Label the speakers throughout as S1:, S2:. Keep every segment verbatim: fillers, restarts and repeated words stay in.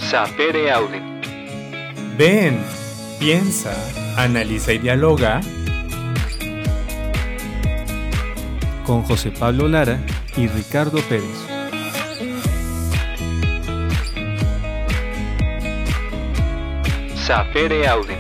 S1: Sapere Aude.
S2: Ven, piensa, analiza y dialoga
S3: con José Pablo Lara y Ricardo Pérez.
S1: Sapere Aude.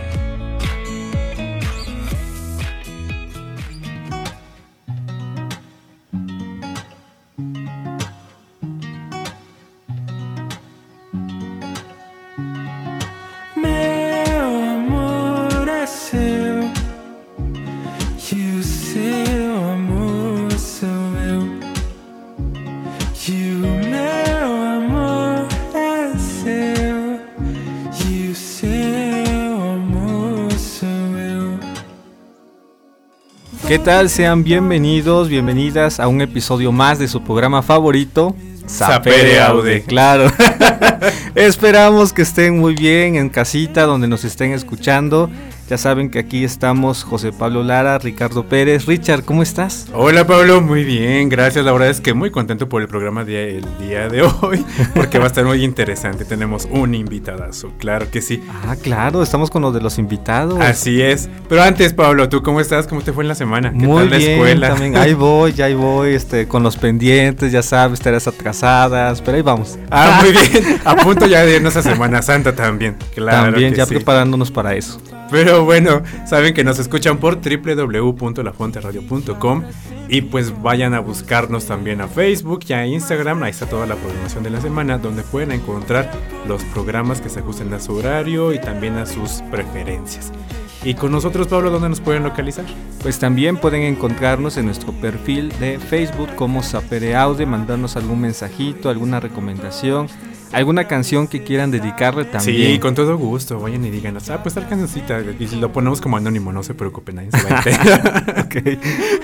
S3: ¿Qué tal? Sean bienvenidos, bienvenidas a un episodio más de su programa favorito,
S2: Sapere Aude.
S3: Claro. Esperamos que estén muy bien en casita, donde nos estén escuchando. Ya saben que aquí estamos José Pablo Lara, Ricardo Pérez. Richard, ¿cómo estás?
S2: Hola Pablo, muy bien, gracias. La verdad es que muy contento por el programa del día de hoy, porque va a estar muy interesante. Tenemos un invitadazo, claro que sí.
S3: Ah, claro, estamos con los de los invitados.
S2: Así es. Pero antes, Pablo, ¿tú cómo estás? ¿Cómo te fue en la semana? ¿Qué
S3: muy
S2: tal la
S3: bien,
S2: escuela?
S3: También. Ahí voy, ya ahí voy, este, con los pendientes, ya sabes, tareas atrasadas, pero ahí vamos.
S2: Ah, muy bien. A punto ya de irnos a Semana Santa también. Claro.
S3: También ya
S2: sí.
S3: Preparándonos para eso.
S2: Pero bueno, saben que nos escuchan por doble u doble u doble u punto la fuente radio punto com y pues vayan a buscarnos también a Facebook y a Instagram. Ahí está toda la programación de la semana, donde pueden encontrar los programas que se ajusten a su horario y también a sus preferencias. Y con nosotros, Pablo, ¿dónde nos pueden localizar?
S3: Pues también pueden encontrarnos en nuestro perfil de Facebook como Sapere Aude, mandarnos algún mensajito, alguna recomendación, alguna canción que quieran dedicarle también.
S2: Sí, con todo gusto, vayan y díganos, ah, pues tal cancioncita, y si lo ponemos como anónimo, no se preocupen, nadie se va a enterar. Okay.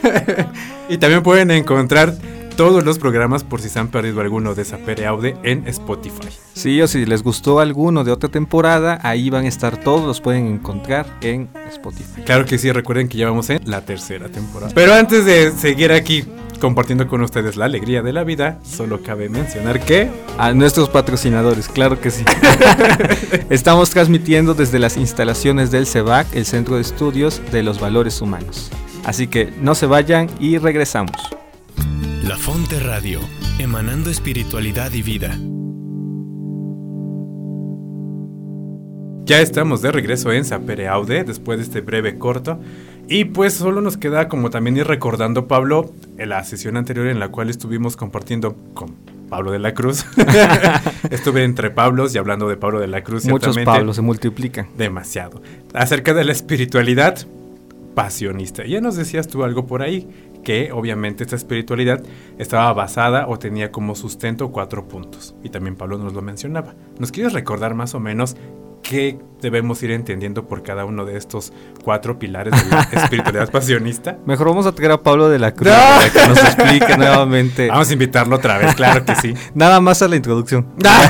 S2: Y también pueden encontrar todos los programas, por si se han perdido alguno de Sapere Aude, en Spotify.
S3: Sí, o si les gustó alguno de otra temporada, ahí van a estar todos, los pueden encontrar en Spotify.
S2: Claro que sí, recuerden que ya vamos en la tercera temporada. Pero antes de seguir aquí compartiendo con ustedes la alegría de la vida, solo cabe mencionar que...
S3: A nuestros patrocinadores, claro que sí. Estamos transmitiendo desde las instalaciones del CEVAC, el Centro de Estudios de los Valores Humanos. Así que no se vayan y regresamos.
S4: La Fonte Radio, emanando espiritualidad y vida.
S2: Ya estamos de regreso en Sapere Aude, después de este breve corto. Y pues solo nos queda como también ir recordando, Pablo, en la sesión anterior en la cual estuvimos compartiendo con Pablo de la Cruz. Estuve entre Pablos y hablando de Pablo de la Cruz.
S3: Muchos Pablos se multiplican.
S2: Demasiado. Acerca de la espiritualidad pasionista. Ya nos decías tú algo por ahí, que obviamente esta espiritualidad estaba basada o tenía como sustento cuatro puntos. Y también Pablo nos lo mencionaba. ¿Nos quieres recordar más o menos qué debemos ir entendiendo por cada uno de estos cuatro pilares de la espiritualidad pasionista?
S3: Mejor vamos a traer a Pablo de la Cruz ¡No! Para que nos explique nuevamente.
S2: Vamos a invitarlo otra vez, claro que sí.
S3: Nada más a la introducción.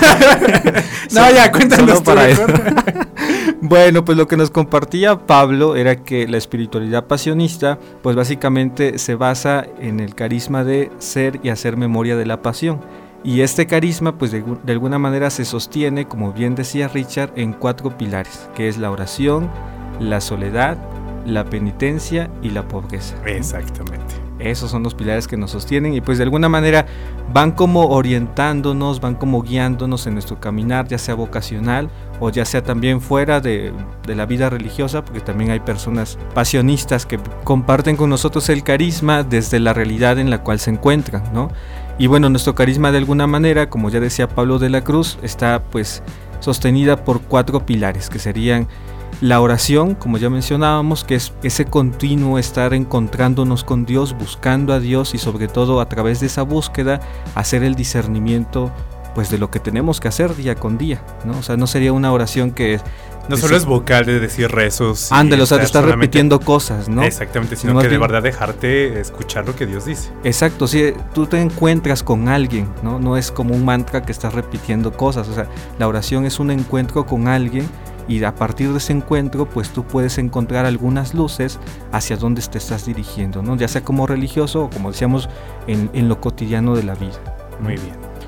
S2: No, ya, cuéntanos
S3: para eso. Bueno, pues lo que nos compartía Pablo era que la espiritualidad pasionista, pues básicamente se basa en el carisma de ser y hacer memoria de la pasión. Y este carisma, pues de, de alguna manera se sostiene, como bien decía Richard, en cuatro pilares, que es la oración, la soledad, la penitencia y la pobreza.
S2: Exactamente.
S3: Esos son los pilares que nos sostienen y pues de alguna manera van como orientándonos, van como guiándonos en nuestro caminar, ya sea vocacional o ya sea también fuera de, de la vida religiosa, porque también hay personas pasionistas que comparten con nosotros el carisma desde la realidad en la cual se encuentran, ¿no? Y bueno, nuestro carisma de alguna manera, como ya decía Pablo de la Cruz, está pues sostenida por cuatro pilares, que serían la oración, como ya mencionábamos, que es ese continuo estar encontrándonos con Dios, buscando a Dios y sobre todo a través de esa búsqueda hacer el discernimiento pues de lo que tenemos que hacer día con día, ¿no? O sea, no sería una oración que...
S2: No solo es vocal de decir rezos.
S3: Ándale, o sea, te estás repitiendo cosas, ¿no?
S2: Exactamente, sino, sino que de verdad dejarte escuchar lo que Dios dice.
S3: Exacto, si tú te encuentras con alguien, ¿no? No es como un mantra que estás repitiendo cosas, o sea, la oración es un encuentro con alguien y a partir de ese encuentro, pues tú puedes encontrar algunas luces hacia dónde te estás dirigiendo, ¿no? Ya sea como religioso o como decíamos, en, en lo cotidiano de la vida.
S2: Muy bien.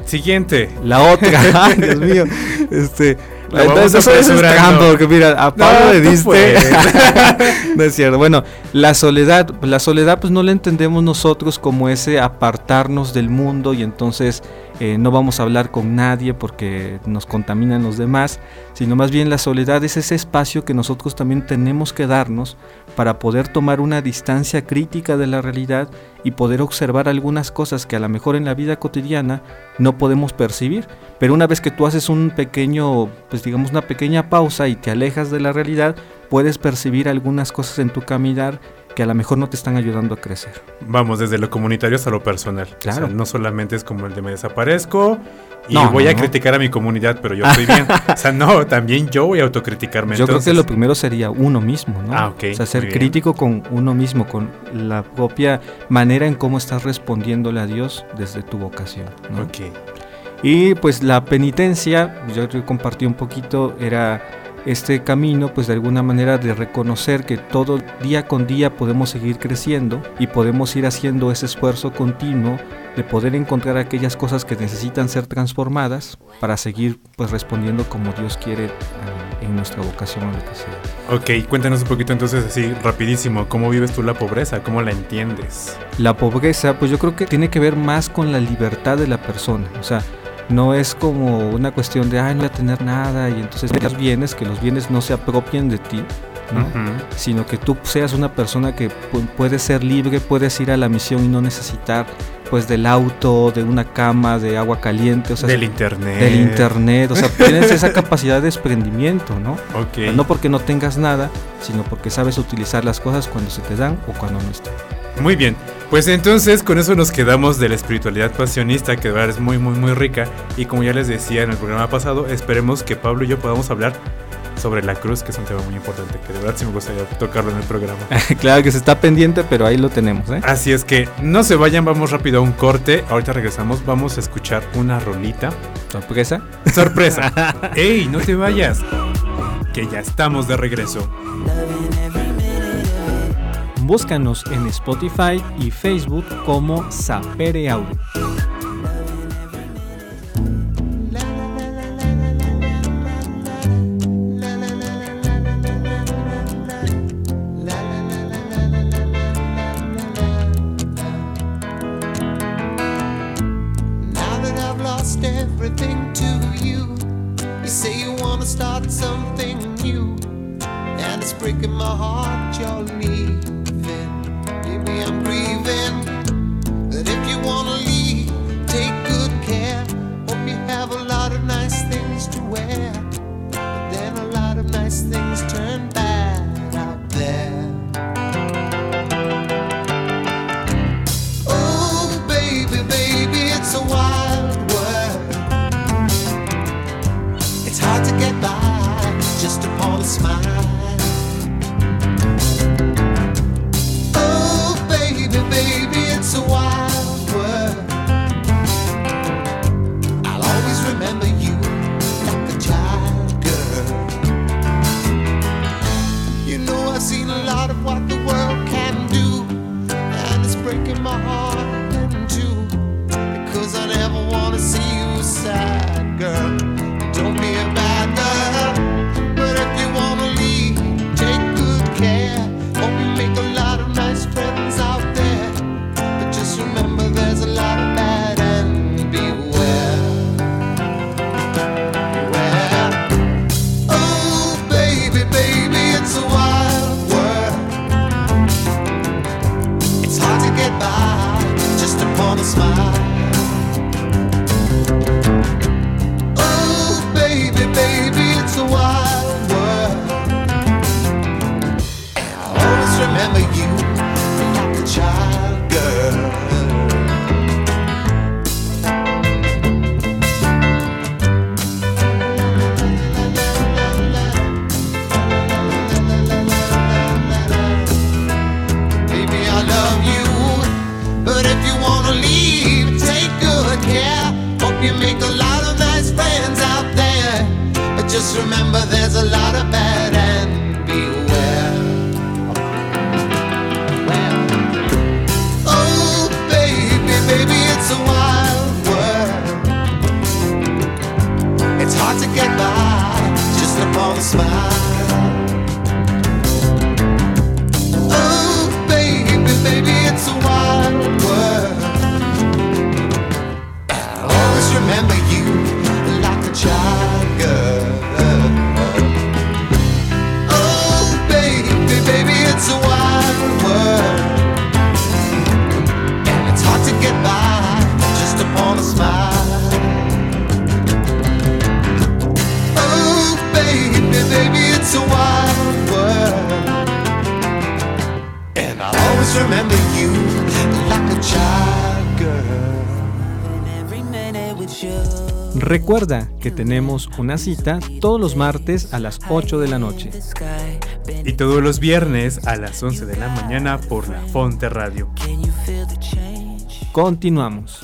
S2: Siguiente.
S3: La otra. Ay, Dios mío. Este,
S2: La vamos
S3: entonces, eso es
S2: apresurando.
S3: trampa, porque mira, a Pablo
S2: No,
S3: le
S2: tú
S3: diste.
S2: puedes.
S3: No es cierto. Bueno, la soledad, la soledad pues no la entendemos nosotros como ese apartarnos del mundo y entonces eh, no vamos a hablar con nadie porque nos contaminan los demás, sino más bien la soledad es ese espacio que nosotros también tenemos que darnos para poder tomar una distancia crítica de la realidad y poder observar algunas cosas que a lo mejor en la vida cotidiana no podemos percibir, pero una vez que tú haces un pequeño, pues digamos una pequeña pausa y te alejas de la realidad, puedes percibir algunas cosas en tu caminar que a lo mejor no te están ayudando a crecer.
S2: Vamos, desde lo comunitario hasta lo personal.
S3: Claro.
S2: O sea, no solamente es como el de me desaparezco y
S3: No,
S2: voy
S3: no,
S2: a
S3: no.
S2: criticar a mi comunidad, pero yo estoy bien. O sea, no, también yo voy a autocriticarme.
S3: Yo
S2: entonces.
S3: creo que lo primero sería uno mismo, ¿no?
S2: Ah, ok,
S3: O sea, ser
S2: muy bien.
S3: crítico con uno mismo, con la propia manera en cómo estás respondiéndole a Dios desde tu vocación, ¿no?
S2: Ok.
S3: Y pues la penitencia, yo creo que compartí un poquito, era este camino pues de alguna manera de reconocer que todo día con día podemos seguir creciendo y podemos ir haciendo ese esfuerzo continuo de poder encontrar aquellas cosas que necesitan ser transformadas para seguir pues respondiendo como Dios quiere eh, en nuestra vocación o lo que sea.
S2: Ok, cuéntanos un poquito entonces así, rapidísimo, ¿cómo vives tú la pobreza? ¿Cómo la entiendes?
S3: La pobreza, pues yo creo que tiene que ver más con la libertad de la persona, o sea, no es como una cuestión de, ay, no voy a tener nada y entonces los bienes, que los bienes no se apropien de ti, ¿no?
S2: Ujú.
S3: Sino que tú seas una persona que pu- puedes ser libre, puedes ir a la misión y no necesitar pues del auto, de una cama, de agua caliente, o sea,
S2: Del internet.
S3: del internet, o sea, tienes esa capacidad de desprendimiento, ¿no?
S2: Ok.
S3: No porque no tengas nada, sino porque sabes utilizar las cosas cuando se te dan o cuando no están.
S2: Muy bien, pues entonces con eso nos quedamos de la espiritualidad pasionista, que de verdad es muy muy muy rica, y como ya les decía en el programa pasado, esperemos que Pablo y yo podamos hablar sobre la cruz, que es un tema muy importante, que de verdad sí me gustaría tocarlo en el programa.
S3: Claro que se está pendiente, pero ahí lo tenemos, ¿eh?
S2: Así es que no se vayan, vamos rápido a un corte, ahorita regresamos, vamos a escuchar una rolita.
S3: ¿Sorpresa?
S2: ¡Sorpresa! ¡Ey, no te vayas! Que ya estamos de regreso.
S3: Búscanos en Spotify y Facebook como Sapere Audio.
S1: Now that I've lost everything to you, you say you wanna start something new, and it's breaking my heart you're leaving. Baby, I'm grieving, that if you wanna leave, take good care. Hope you have a lot of nice things to wear, but then a lot of nice things turn bad out there. Oh, baby, baby, it's a wild world. It's hard to get by just upon a smile. Oh, baby, baby, it's a wild world. I'll always remember you like a child girl. You know I've seen a lot of what the world can do, and it's breaking my heart in two, because I never wanna see you sad, girl. Don't be a bad girl, but if you wanna leave, take good care. Hope you make a lot of nice friends out there, but just remember there's a lot of bad and beware. Beware. Oh, baby, baby, it's a wild world. It's hard to get by just upon a smile. Oh, baby, baby, it's a wild world. And I'll always remember you like a child girl. Baby, I love you, but if you wanna leave, take good care. Hope you make a lot of nice friends out there, but just remember there's a lot of bad and beware. Oh, baby, baby, it's a wild world. remember you like a child girl. Oh, baby, baby, it's a wild world, and it's hard to get by just upon a smile. Oh, baby, baby, it's a wild world, and I'll always remember you like a child girl.
S3: Recuerda que tenemos una cita todos los martes a las ocho de la noche.
S2: Y todos los viernes a las once de la mañana por La Fonte Radio.
S3: Continuamos.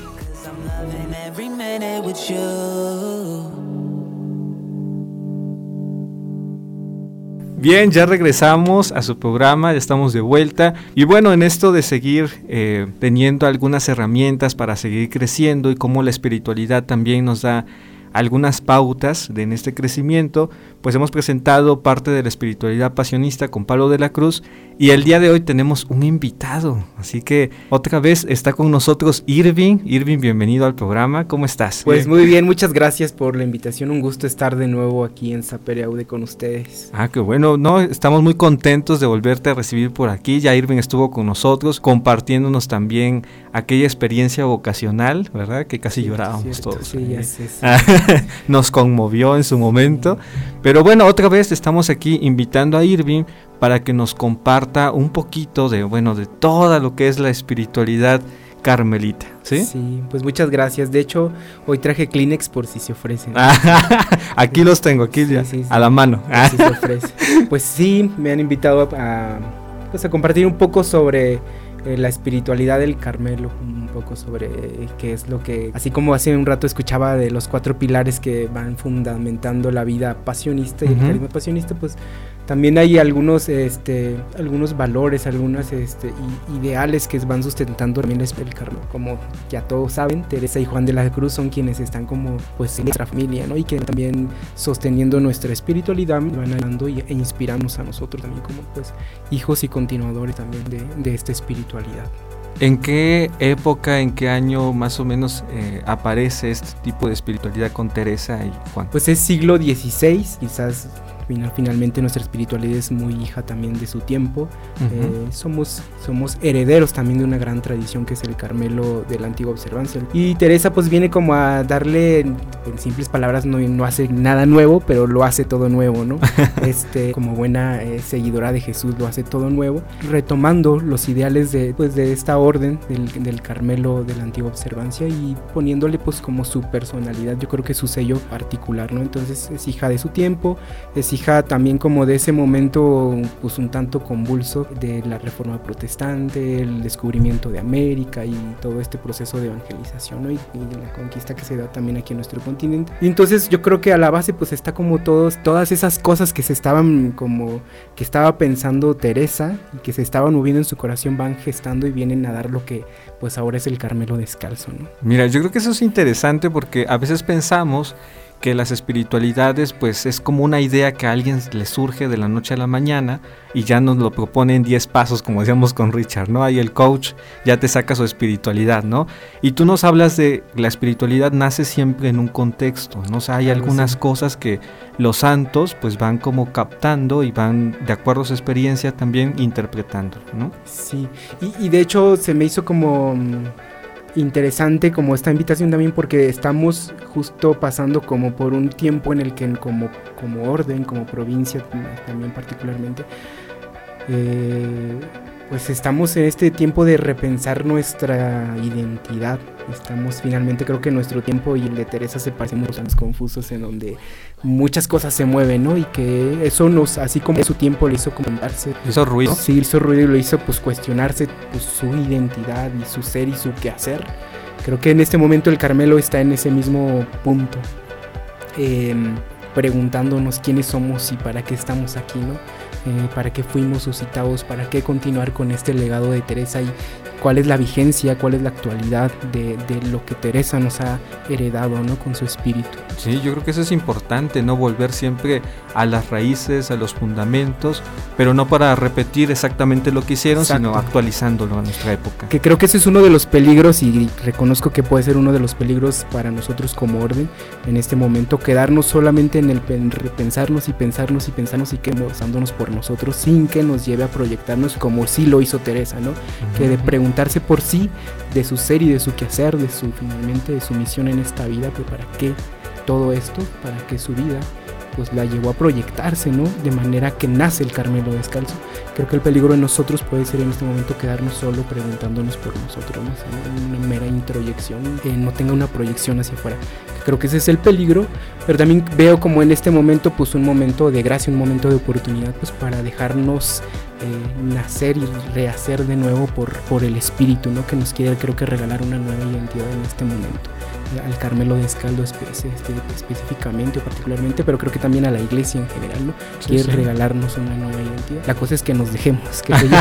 S3: Bien, ya regresamos a su programa, ya estamos de vuelta. Y bueno, en esto de seguir eh, teniendo algunas herramientas para seguir creciendo y cómo la espiritualidad también nos da algunas pautas de, en este crecimiento, pues hemos presentado parte de la espiritualidad pasionista con Pablo de la Cruz, y el día de hoy tenemos un invitado, así que otra vez está con nosotros Irving. Irving, bienvenido al programa, ¿cómo estás?
S5: Pues bien. Muy bien, muchas gracias por la invitación, un gusto estar de nuevo aquí en Sapere Aude con ustedes.
S3: Ah, qué bueno, no, estamos muy contentos de volverte a recibir por aquí. Ya Irving estuvo con nosotros compartiéndonos también aquella experiencia vocacional, ¿verdad? Que casi sí, llorábamos cierto, todos.
S5: Sí, ya sé, sí.
S3: Nos conmovió en su momento, pero bueno, otra vez estamos aquí invitando a Irving para que nos comparta un poquito de, bueno, de toda lo que es la espiritualidad carmelita, ¿sí?
S5: Sí, pues muchas gracias. De hecho, hoy traje Kleenex por si se ofrecen.
S3: Aquí sí. Los tengo, aquí sí, ya, sí, sí. A la mano.
S5: Por si se ofrece. Pues sí, me han invitado a, pues a compartir un poco sobre eh, la espiritualidad del Carmelo, un poco sobre eh, qué es lo que, así como hace un rato escuchaba de los cuatro pilares que van fundamentando la vida pasionista y uh-huh. el carisma pasionista, pues también hay algunos este algunos valores, algunos este ideales que van sustentando también el Carmelo. Como ya todos saben, Teresa y Juan de la Cruz son quienes están como pues en nuestra familia, ¿no? Y que también sosteniendo nuestra espiritualidad van ayudando e inspirándonos a nosotros también como pues hijos y continuadores también de, de esta espiritualidad.
S3: ¿En qué época, en qué año más o menos eh, aparece este tipo de espiritualidad con Teresa y Juan?
S5: Pues es siglo dieciséis, quizás finalmente nuestra espiritualidad es muy hija también de su tiempo. Uh-huh. eh, somos, somos herederos también de una gran tradición que es el Carmelo de la antigua observancia. Y Teresa pues viene como a darle, en simples palabras, no, no hace nada nuevo, pero lo hace todo nuevo, ¿no? este, como buena eh, seguidora de Jesús, lo hace todo nuevo, retomando los ideales de, pues, de esta orden del, del Carmelo de la antigua observancia y poniéndole pues como su personalidad, yo creo que su sello particular, ¿no? Entonces es hija de su tiempo, es hija también como de ese momento pues un tanto convulso de la Reforma Protestante, el descubrimiento de América y todo este proceso de evangelización, ¿no? y, y la conquista que se da también aquí en nuestro continente. Y entonces yo creo que a la base pues está como todos, todas esas cosas que se estaban como, que estaba pensando Teresa y que se estaban moviendo en su corazón, van gestando y vienen a dar lo que pues ahora es el Carmelo descalzo, ¿no?
S3: Mira, yo creo que eso es interesante porque a veces pensamos que las espiritualidades pues es como una idea que a alguien le surge de la noche a la mañana y ya nos lo propone en diez pasos, como decíamos con Richard, ¿no? Ahí el coach ya te saca su espiritualidad, ¿no? Y tú nos hablas de la espiritualidad nace siempre en un contexto, ¿no? O sea, hay algunas sí. cosas que los santos pues van como captando y van de acuerdo a su experiencia también interpretando, ¿no?
S5: Sí, y, y de hecho se me hizo como interesante como esta invitación también porque estamos justo pasando como por un tiempo en el que como, como orden, como provincia también particularmente, eh, pues estamos en este tiempo de repensar nuestra identidad. Estamos finalmente, creo que nuestro tiempo y el de Teresa se parecen muchos años confusos en donde muchas cosas se mueven, ¿no? Y que eso nos, así como en su tiempo le hizo comentarse.
S3: ¿Hizo ruido?
S5: Sí, hizo ruido y lo hizo pues cuestionarse pues, su identidad y su ser y su quehacer. Creo que en este momento el Carmelo está en ese mismo punto, eh, preguntándonos quiénes somos y para qué estamos aquí, ¿no? Eh, para qué fuimos suscitados, para qué continuar con este legado de Teresa y cuál es la vigencia, cuál es la actualidad de, de lo que Teresa nos ha heredado, ¿no? Con su espíritu.
S3: Sí, yo creo que eso es importante, ¿no? Volver siempre a las raíces, a los fundamentos, pero no para repetir exactamente lo que hicieron, Exacto. sino actualizándolo a nuestra época.
S5: Que creo que ese es uno de los peligros, y reconozco que puede ser uno de los peligros para nosotros como orden en este momento, quedarnos solamente en el pensarnos y pensarnos y pensarnos y que basándonos por nosotros, sin que nos lleve a proyectarnos como sí lo hizo Teresa, ¿no? Uh-huh. Que de preguntarse por sí, de su ser y de su quehacer, de su finalmente de su misión en esta vida, pues para qué todo esto, para qué su vida pues la llevó a proyectarse, ¿no? De manera que nace el Carmelo Descalzo. Creo que el peligro de nosotros puede ser en este momento quedarnos solo preguntándonos por nosotros, ¿no? Una mera introyección, que no tenga una proyección hacia afuera. Creo que ese es el peligro, pero también veo como en este momento pues un momento de gracia, un momento de oportunidad pues para dejarnos eh, nacer y rehacer de nuevo por, por el espíritu, ¿no? Que nos quiere, creo que regalar una nueva identidad en este momento. Al Carmelo Descalzo espe- este, específicamente o particularmente, pero creo que también a la iglesia en general, ¿no? Sí, quiere sí. regalarnos una nueva identidad. La cosa es que nos dejemos, que yo.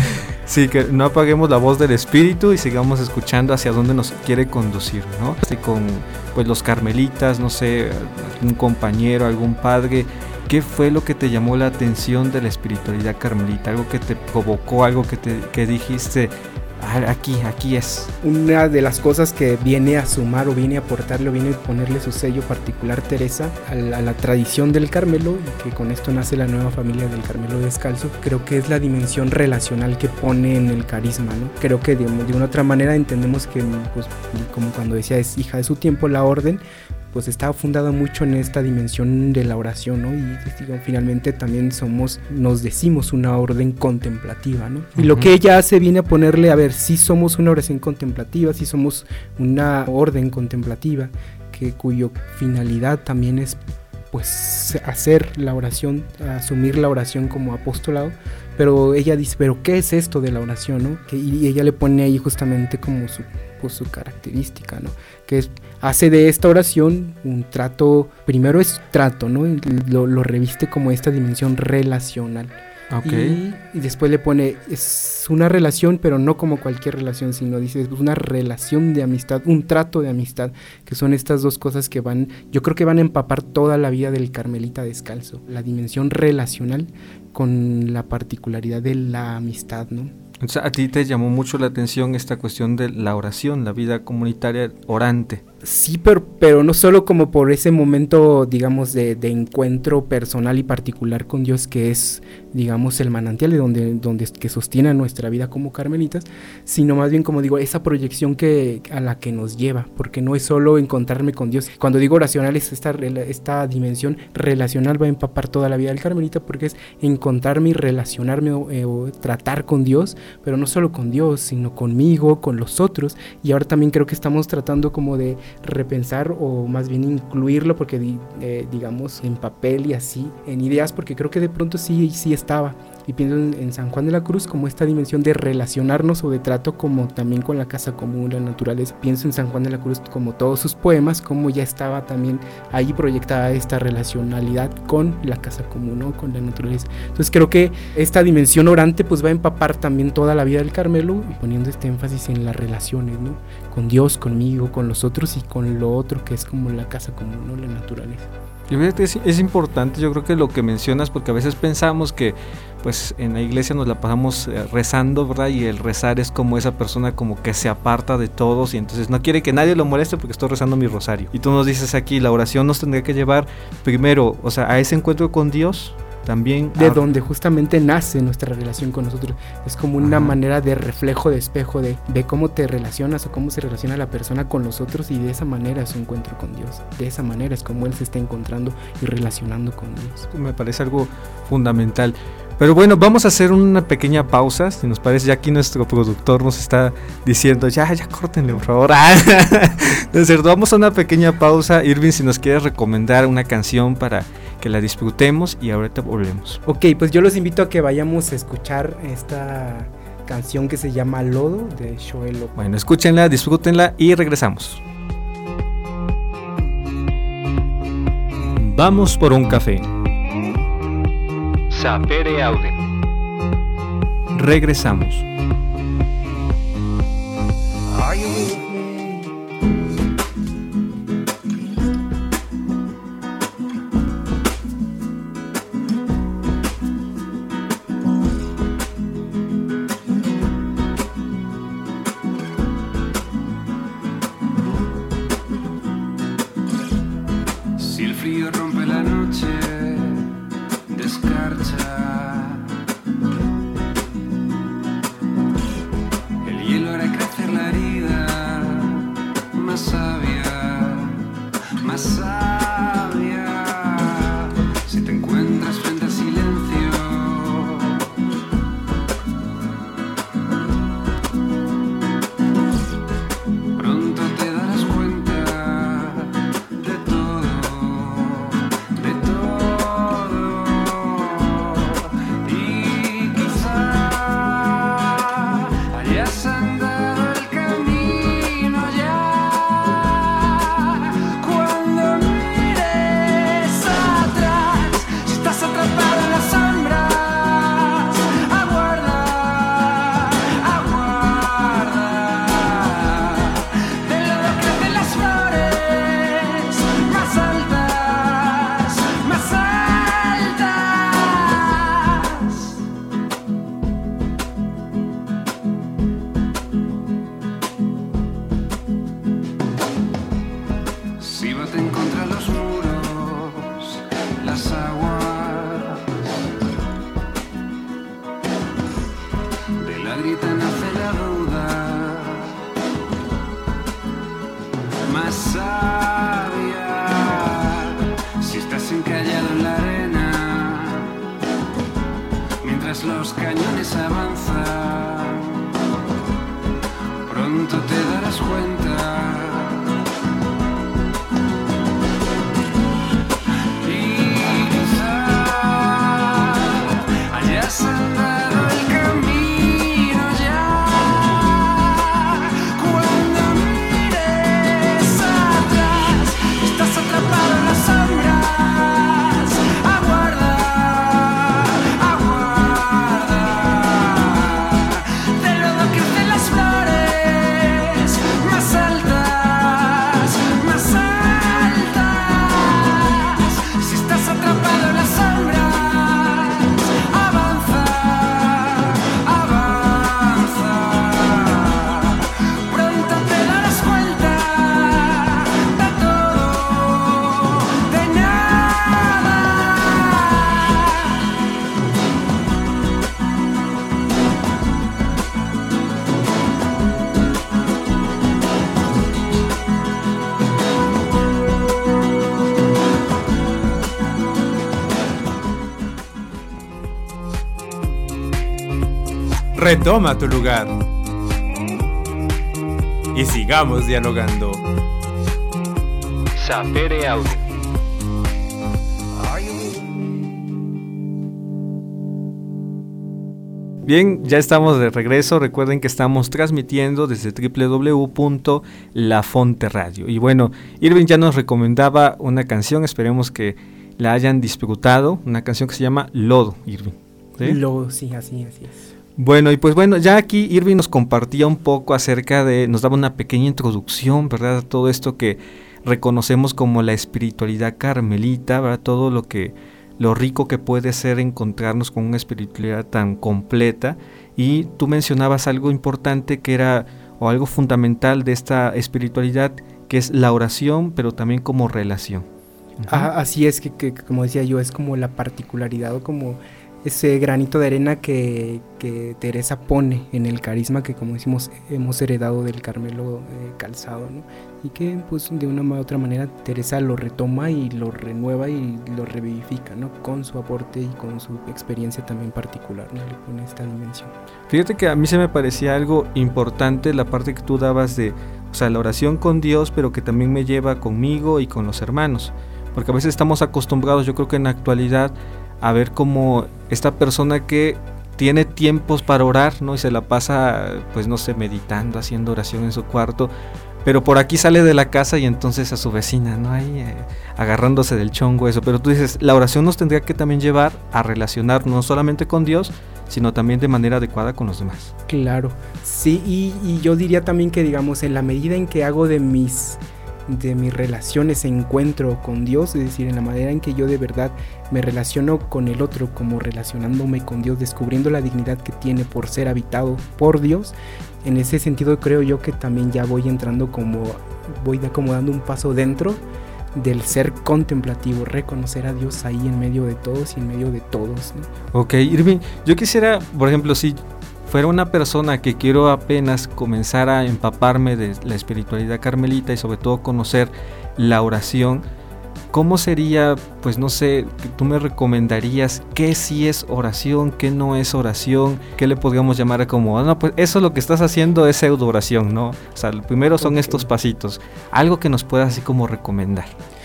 S3: Sí, que no apaguemos la voz del espíritu y sigamos escuchando hacia dónde nos quiere conducir, ¿no? Así con pues los carmelitas, no sé, algún compañero, algún padre. ¿Qué fue lo que te llamó la atención de la espiritualidad carmelita? Algo que te provocó, algo que te que dijiste, aquí, aquí es.
S5: Una de las cosas que viene a sumar o viene a aportarle o viene a ponerle su sello particular Teresa a la, a la tradición del Carmelo, y que con esto nace la nueva familia del Carmelo Descalzo, creo que es la dimensión relacional que pone en el carisma, ¿no? Creo que de, de una otra manera entendemos que, pues, como cuando decía, es hija de su tiempo la orden, pues está fundada mucho en esta dimensión de la oración, ¿no? Y digo, finalmente también somos, nos decimos una orden contemplativa, ¿no? Uh-huh. Y lo que ella hace viene a ponerle, a ver, sí somos una oración contemplativa, sí somos una orden contemplativa, que cuyo finalidad también es pues hacer la oración, asumir la oración como apostolado, pero ella dice, pero ¿qué es esto de la oración, no? Que, y ella le pone ahí justamente como su, pues, su característica, ¿no? Que es, hace de esta oración un trato, primero es trato, ¿no? Lo, lo reviste como esta dimensión relacional.
S3: Okay.
S5: Y, y después le pone, es una relación, pero no como cualquier relación, sino dice, es una relación de amistad, un trato de amistad, que son estas dos cosas que van, yo creo que van a empapar toda la vida del Carmelita Descalzo, la dimensión relacional con la particularidad de la amistad, ¿no?
S3: O sea, a ti te llamó mucho la atención esta cuestión de la oración, la vida comunitaria orante.
S5: Sí, pero, pero no solo como por ese momento, digamos, de, de encuentro personal y particular con Dios, que es, digamos, el manantial de donde, donde que sostiene nuestra vida como carmelitas, sino más bien, como digo, esa proyección que, a la que nos lleva, porque no es solo encontrarme con Dios. Cuando digo oracional, es esta, esta dimensión relacional va a empapar toda la vida del carmelita, porque es encontrarme y relacionarme o, eh, o tratar con Dios, pero no solo con Dios, sino conmigo, con los otros, y ahora también creo que estamos tratando como de repensar o más bien incluirlo, porque eh, digamos en papel y así, en ideas, porque creo que de pronto sí, sí estaba, y pienso en, en San Juan de la Cruz como esta dimensión de relacionarnos o de trato, como también con la casa común, la naturaleza. Pienso en San Juan de la Cruz como todos sus poemas, como ya estaba también ahí proyectada esta relacionalidad con la casa común, ¿no? Con la naturaleza. Entonces creo que esta dimensión orante pues va a empapar también toda la vida del Carmelo, poniendo este énfasis en las relaciones, ¿no? Con Dios, conmigo, con los otros y con lo otro que es como la casa común, ¿no? La naturaleza.
S3: Y fíjate, es, es importante, yo creo que lo que mencionas, porque a veces pensamos que pues en la iglesia nos la pasamos eh, rezando, ¿verdad? Y el rezar es como esa persona como que se aparta de todos y entonces no quiere que nadie lo moleste porque estoy rezando mi rosario. Y tú nos dices aquí, la oración nos tendría que llevar primero, o sea, a ese encuentro con Dios, también
S5: de
S3: a...
S5: donde justamente nace nuestra relación con nosotros. Es como una Ajá. manera de reflejo, de espejo, de, de cómo te relacionas o cómo se relaciona la persona con los otros, y de esa manera es su encuentro con Dios. De esa manera es como él se está encontrando y relacionando con Dios.
S3: Me parece algo fundamental. Pero bueno, vamos a hacer una pequeña pausa, si nos parece. Ya aquí nuestro productor nos está diciendo, ya, ya córtenle por favor. De cierto, vamos a una pequeña pausa. Irving, si nos quieres recomendar una canción para que la disfrutemos, y ahorita volvemos.
S5: Ok, pues yo los invito a que vayamos a escuchar esta canción que se llama Lodo, de Joel López.
S3: Bueno, escúchenla, disfrútenla y regresamos.
S4: Vamos por un café.
S3: Sapere aude. Regresamos.
S2: Retoma tu lugar y sigamos dialogando.
S6: Sapere Audio.
S3: Bien, ya estamos de regreso. Recuerden que estamos transmitiendo desde doble u doble u doble u punto la fonte radio. Y bueno, Irving ya nos recomendaba una canción, esperemos que la hayan disfrutado, una canción que se llama Lodo, Irving.
S5: ¿Sí? Lodo, sí, así, así es.
S3: Bueno, y pues bueno, ya aquí Irving nos compartía un poco acerca de, nos daba una pequeña introducción, ¿verdad? A todo esto que reconocemos como la espiritualidad carmelita, ¿verdad? Todo lo que, lo rico que puede ser encontrarnos con una espiritualidad tan completa. Y tú mencionabas algo importante que era, o algo fundamental de esta espiritualidad, que es la oración, pero también como relación. Uh-huh.
S5: Ah, así es, que, que como decía yo, es como la particularidad o como ese granito de arena que, que Teresa pone en el carisma que, como decimos, hemos heredado del Carmelo eh, Calzado, ¿no? Y que pues de una u otra manera Teresa lo retoma y lo renueva y lo revivifica, ¿no? Con su aporte y con su experiencia también particular, ¿no? Le pone esta dimensión.
S3: Fíjate que a mí se me parecía algo importante la parte que tú dabas de, o sea, la oración con Dios, pero que también me lleva conmigo y con los hermanos, porque a veces estamos acostumbrados, yo creo que en la actualidad, a ver como esta persona que tiene tiempos para orar, ¿no? Y se la pasa, pues no sé, meditando, haciendo oración en su cuarto, pero por aquí sale de la casa y entonces a su vecina, ¿no? Ahí eh, agarrándose del chongo, eso. Pero tú dices, la oración nos tendría que también llevar a relacionarnos no solamente con Dios, sino también de manera adecuada con los demás.
S5: Claro, sí, y, y yo diría también que, digamos, en la medida en que hago de mis, de mis relaciones encuentro con Dios, es decir, en la manera en que yo de verdad me relaciono con el otro, como relacionándome con Dios, descubriendo la dignidad que tiene por ser habitado por Dios, en ese sentido creo yo que también ya voy entrando como, voy como dando un paso dentro del ser contemplativo, reconocer a Dios ahí en medio de todos y en medio de todos, ¿no?
S3: Ok, Irving, yo quisiera, por ejemplo, si fuera una persona que quiero apenas comenzar a empaparme de la espiritualidad carmelita y sobre todo conocer la oración, ¿cómo sería, pues no sé, que tú me recomendarías qué sí es oración, qué no es oración, qué le podríamos llamar como, no, pues eso lo que estás haciendo es pseudo oración, ¿no? O sea, lo primero son okay. estos pasitos, algo que nos puedas así como recomendar.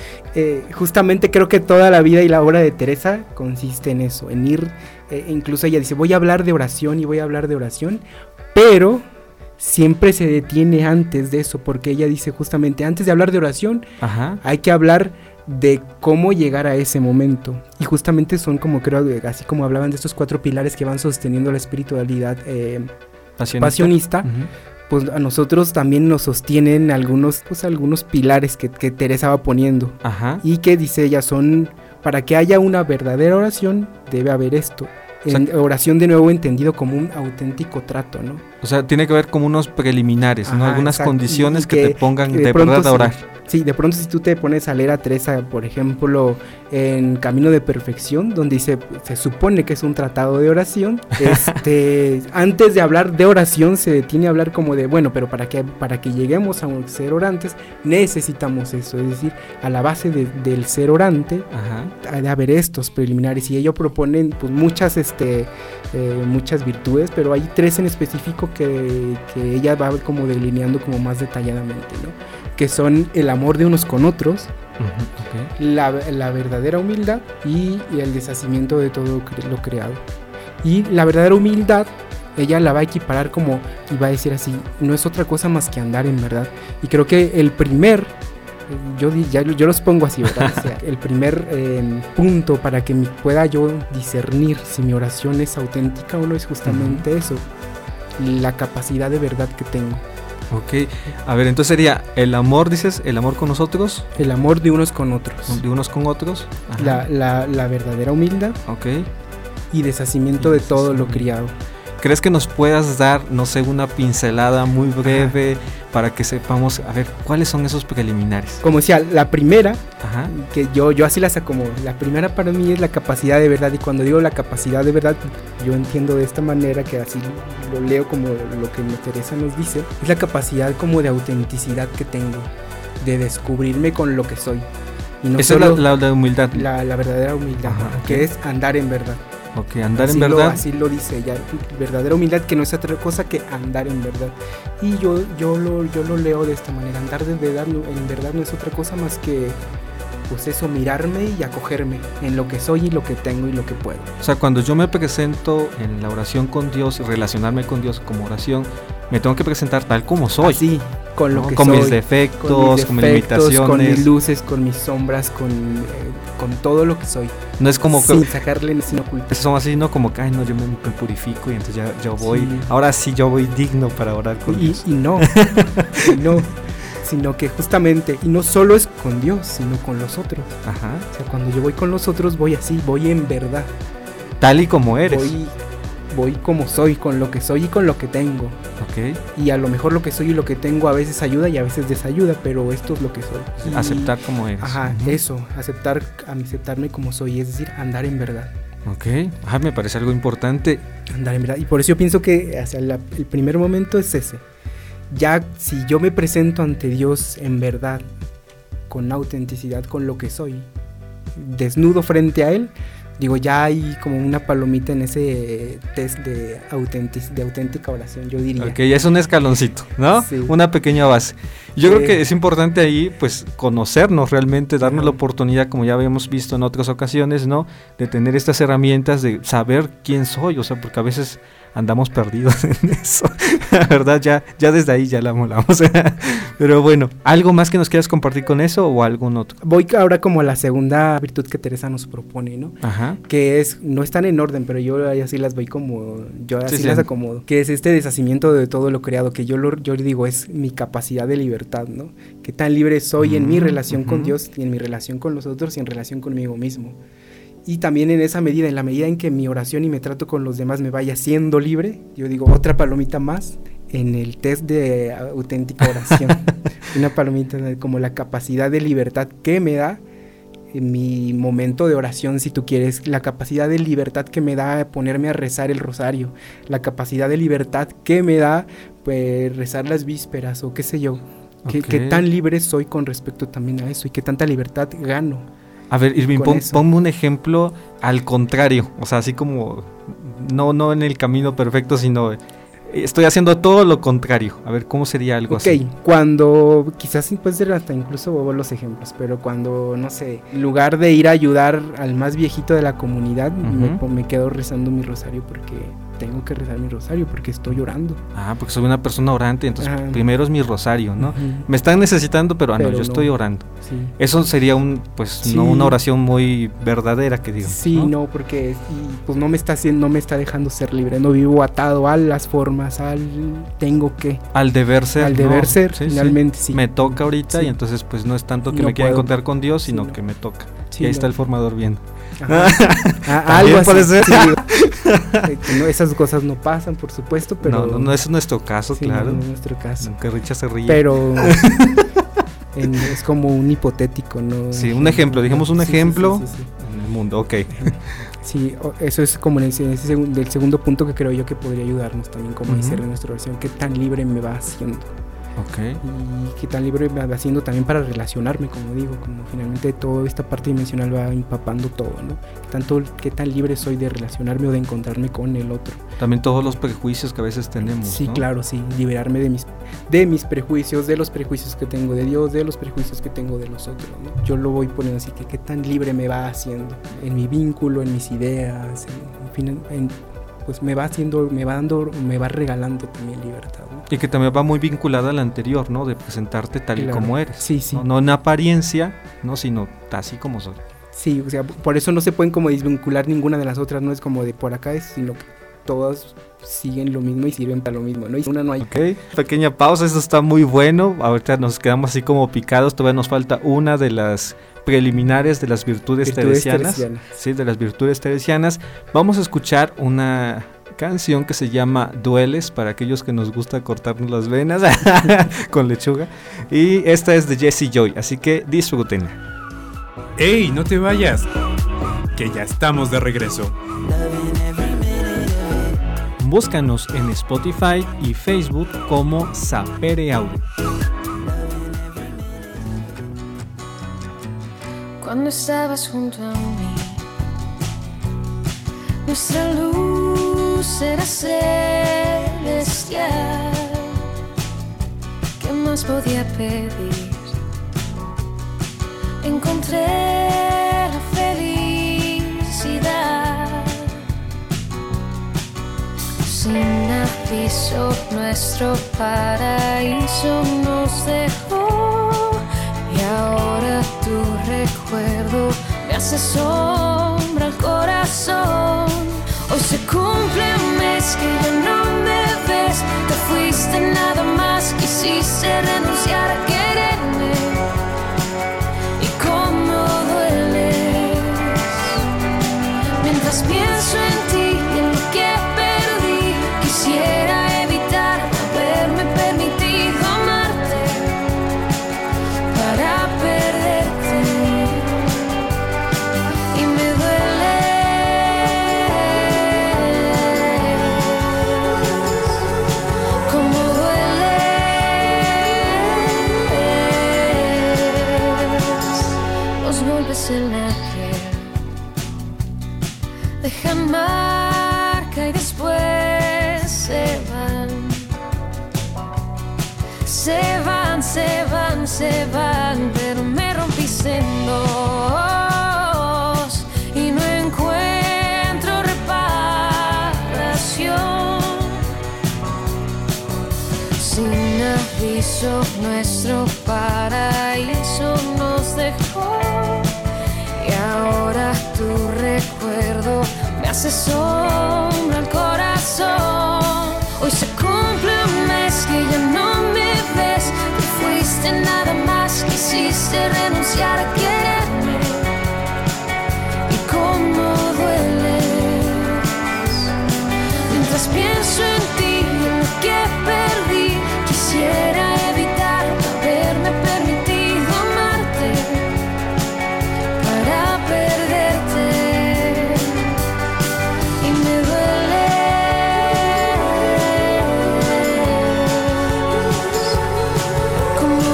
S5: Eh, justamente creo que toda la vida y la obra de Teresa consiste en eso, en ir, eh, incluso ella dice, voy a hablar de oración y voy a hablar de oración, pero siempre se detiene antes de eso, porque ella dice justamente, antes de hablar de oración, Ajá. hay que hablar de cómo llegar a ese momento, y justamente son como creo, así como hablaban de estos cuatro pilares que van sosteniendo la espiritualidad eh, pasionista, pasionista uh-huh. pues a nosotros también nos sostienen algunos, pues algunos pilares que, que Teresa va poniendo, Ajá. y que dice ella son, para que haya una verdadera oración debe haber esto, en, o sea, oración de nuevo entendido como un auténtico trato, ¿no?
S3: O sea, tiene que ver como unos preliminares, Ajá, ¿no? Algunas exacto. condiciones y, y que, que te pongan que de, de verdad a orar.
S5: Sí. Sí, de pronto si tú te pones a leer a Teresa, por ejemplo, en Camino de Perfección, donde dice, se supone que es un tratado de oración, este, antes de hablar de oración se detiene a hablar como de, bueno, pero para que, para que lleguemos a ser orantes, necesitamos eso, es decir, a la base de, del ser orante, Ajá. ha de haber estos preliminares, y ellos proponen pues muchas, este, eh, muchas virtudes, pero hay tres en específico que, que ella va como delineando como más detalladamente, ¿no? Que son el amor de unos con otros, uh-huh, okay. la, la verdadera humildad y, y el deshacimiento de todo lo creado. Y la verdadera humildad, ella la va a equiparar como, y va a decir así, no es otra cosa más que andar en verdad. Y creo que el primer, yo, ya, yo los pongo así, ¿verdad? O sea, el primer eh, punto para que me pueda yo discernir si mi oración es auténtica o no es justamente uh-huh. eso, la capacidad de verdad que tengo.
S3: Ok, a ver, entonces sería el amor, dices, el amor con nosotros.
S5: El amor de unos con otros.
S3: De unos con otros.
S5: La, la, la verdadera humildad.
S3: Ok.
S5: Y deshacimiento y de todo lo criado.
S3: ¿Crees que nos puedas dar, no sé, una pincelada muy breve Ajá. para que sepamos, a ver, cuáles son esos preliminares?
S5: Como decía, la primera, Ajá. que yo, yo así las acomodo, la primera para mí es la capacidad de verdad, y cuando digo la capacidad de verdad, yo entiendo de esta manera, que así lo leo como lo que Teresa nos dice, es la capacidad como de autenticidad que tengo, de descubrirme con lo que soy.
S3: Y no Esa solo es la, la, la humildad.
S5: La, la verdadera humildad, Ajá, que okay. es andar en verdad.
S3: Ok, andar
S5: así
S3: en verdad.
S5: Lo, así lo dice ella, verdadera humildad, que no es otra cosa que andar en verdad. Y yo, yo, lo, yo lo leo de esta manera, andar de verdad, en verdad no es otra cosa más que, pues eso, mirarme y acogerme en lo que soy y lo que tengo y lo que puedo.
S3: O sea, cuando yo me presento en la oración con Dios, relacionarme con Dios como oración, me tengo que presentar tal como soy.
S5: Así, con lo
S3: ¿no?
S5: que
S3: con
S5: soy.
S3: Mis defectos, con mis defectos, con mis limitaciones.
S5: Con mis luces, con mis sombras, con, eh, con todo lo que soy.
S3: No es como
S5: sin
S3: que...
S5: sacarle, sin ocultar.
S3: Son así, ¿no? Como que, ay, no, yo me, me purifico y entonces ya yo voy... Sí. Ahora sí yo voy digno para orar con
S5: y,
S3: Dios.
S5: Y no, y no, sino que justamente, y no solo es con Dios, sino con los otros.
S3: Ajá.
S5: O sea, cuando yo voy con los otros, voy así, voy en verdad.
S3: Tal y como eres.
S5: Voy... voy como soy, con lo que soy y con lo que tengo.
S3: Okay.
S5: Y a lo mejor lo que soy y lo que tengo a veces ayuda y a veces desayuda, pero esto es lo que soy. Y,
S3: aceptar como eres.
S5: Ajá, uh-huh. eso, aceptar, aceptarme como soy, es decir, andar en verdad.
S3: Ok, ah, me parece algo importante.
S5: Andar en verdad, y por eso yo pienso que o sea, la, el primer momento es ese. Ya si yo me presento ante Dios en verdad, con autenticidad, con lo que soy, desnudo frente a Él, digo, ya hay como una palomita en ese test de, autentic, de auténtica oración, yo diría.
S3: Ok, ya es un escaloncito, ¿no?
S5: Sí.
S3: Una pequeña base. Yo
S5: eh,
S3: creo que es importante ahí, pues, conocernos realmente, darnos la oportunidad, como ya habíamos visto en otras ocasiones, ¿no? De tener estas herramientas, de saber quién soy, o sea, porque a veces andamos perdidos en eso, la verdad, ya, ya desde ahí ya la molamos. Pero bueno, ¿algo más que nos quieras compartir con eso o algún otro?
S5: Voy ahora como a la segunda virtud que Teresa nos propone, ¿no?
S3: Ajá.
S5: Que es, no están en orden, pero yo así las voy como, yo así
S3: Sí, sí.
S5: las acomodo, que es este deshacimiento de todo lo creado, que yo lo, yo digo es mi capacidad de libertad, ¿no? Que tan libre soy mm, en mi relación uh-huh. con Dios, y en mi relación con los otros y en relación conmigo mismo. Y también en esa medida, en la medida en que mi oración y mi trato con los demás me vaya siendo libre, yo digo, otra palomita más en el test de auténtica oración. Una palomita como la capacidad de libertad que me da en mi momento de oración, si tú quieres, la capacidad de libertad que me da ponerme a rezar el rosario, la capacidad de libertad que me da pues rezar las vísperas o qué sé yo. Okay. ¿Qué, qué tan libre soy con respecto también a eso y qué tanta libertad gano?
S3: A ver, Irving, pon, ponme un ejemplo al contrario, o sea, así como, no, no en el camino perfecto, sino estoy haciendo todo lo contrario. A ver, ¿cómo sería algo
S5: okay, así? Ok, cuando, quizás puede ser hasta incluso bobo los ejemplos, pero cuando, no sé, en lugar de ir a ayudar al más viejito de la comunidad, uh-huh. me, me quedo rezando mi rosario porque tengo que rezar mi rosario porque estoy orando.
S3: Ah, porque soy una persona orante, entonces ah. primero es mi rosario, ¿no? Uh-huh. Me están necesitando, pero, ah, pero no, yo no. estoy orando. Sí. Eso sería un, pues, sí. no una oración muy verdadera, que digo.
S5: Sí, no, no porque y, pues no me está haciendo, no me está dejando ser libre, no vivo atado a las formas, al tengo que.
S3: Al deber ser.
S5: Al deber
S3: no.
S5: ser,
S3: sí,
S5: finalmente
S3: sí.
S5: sí.
S3: Me toca ahorita sí. y entonces pues no es tanto que no me quiera encontrar con Dios, sino sí, no. que me toca. Sí, y ahí no. está el formador viendo.
S5: ah, algo así, puede ser. Sí, no, esas cosas no pasan, por supuesto, pero
S3: no, no, no es nuestro caso,
S5: sí,
S3: claro.
S5: No, no es nuestro caso.
S3: Aunque Richa se ríe.
S5: Pero en, es como un hipotético, ¿no?
S3: Sí, un ejemplo, digamos un
S5: sí,
S3: ejemplo
S5: sí, sí, sí, sí.
S3: en el mundo, ok.
S5: Sí, eso es como en ese, en ese segundo, del segundo punto que creo yo que podría ayudarnos también como uh-huh. a hacer nuestra oración, qué tan libre me va haciendo.
S3: Okay.
S5: Y qué tan libre me va haciendo también para relacionarme, como digo, como finalmente toda esta parte dimensional va empapando todo, ¿no? Qué, tanto, qué tan libre soy de relacionarme o de encontrarme con el otro.
S3: También todos los prejuicios que a veces tenemos,
S5: Sí,
S3: ¿no?
S5: claro, sí, liberarme de mis, de mis prejuicios, de los prejuicios que tengo de Dios, de los prejuicios que tengo de los otros, ¿no? Yo lo voy poniendo así, que qué tan libre me va haciendo en mi vínculo, en mis ideas, en, en fin, en, pues me va haciendo, me va dando, me va regalando también libertad, ¿no?
S3: Y que también va muy vinculada a la anterior, ¿no? De presentarte tal claro. y como eres.
S5: Sí, sí.
S3: No, no en apariencia, no, sino así como soy.
S5: Sí, o sea, por eso no se pueden como desvincular ninguna de las otras, no es como de por acá es, sino que todas siguen lo mismo y sirven para lo mismo, ¿no? Y una no hay.
S3: Ok, pequeña pausa, esto está muy bueno. Ahorita nos quedamos así como picados, todavía nos falta una de las preliminares de las virtudes, virtudes teresianas, teresianas. Sí, de las virtudes teresianas. Vamos a escuchar una canción que se llama Dueles, para aquellos que nos gusta cortarnos las venas con lechuga. Y esta es de Jessie Joy, así que disfrútenla.
S2: ¡Ey, no te vayas! Que ya estamos de regreso.
S3: Búscanos en Spotify y Facebook como Sapere Aude.
S6: Cuando estabas junto a mí, nuestra luz era celestial. ¿Qué más podía pedir? Encontré la felicidad. Sin aviso, nuestro paraíso nos dejó. Y ahora tu recuerdo me hace sombra al corazón. Hoy se cumple un mes que ya no me ves. Te fuiste nada más, quisiste renunciar a quererme. Y cómo dueles mientras pienso en ti y en lo que perdí. Quisiera evitar haberme permitido amarte para perderte. Y me duele como dueles los golpes en la piel. Dejan marca y después se van. se van, se van, se van, pero me rompiste en dos y no encuentro reparación. Sin aviso nuestro paraíso nos dejó y ahora tu recuerdo me hace sombra al corazón. Hoy se cumple un mes que ya no me ves, te fuiste nada más, quisiste renunciar a quererme y cómo dueles. Mientras pienso en ti, en lo que perdí, quisiera evitar haberme permitido amarte para perderte y me duele. Como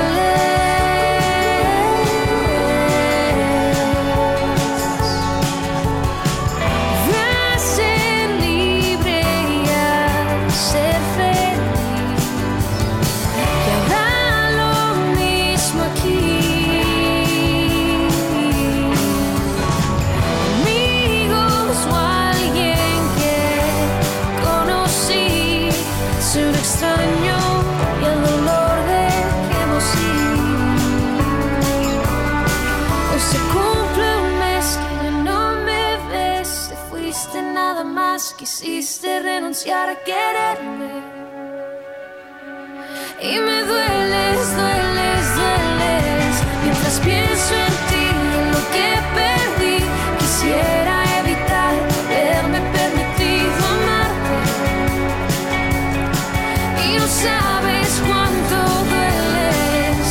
S6: duele. Ve a ser libre y a ser feliz, que habrá lo mismo aquí. Amigos o alguien que conocí, ser extraño y el dolor de que hemos ido. Hoy se cumple un mes que ya no me ves, te fuiste nada más, quisiste renunciar a quererme y me dueles, dueles, dueles. Mientras pienso en ti, en lo que perdí, quisiera evitar haberme permitido amarte y no sabes cuánto dueles,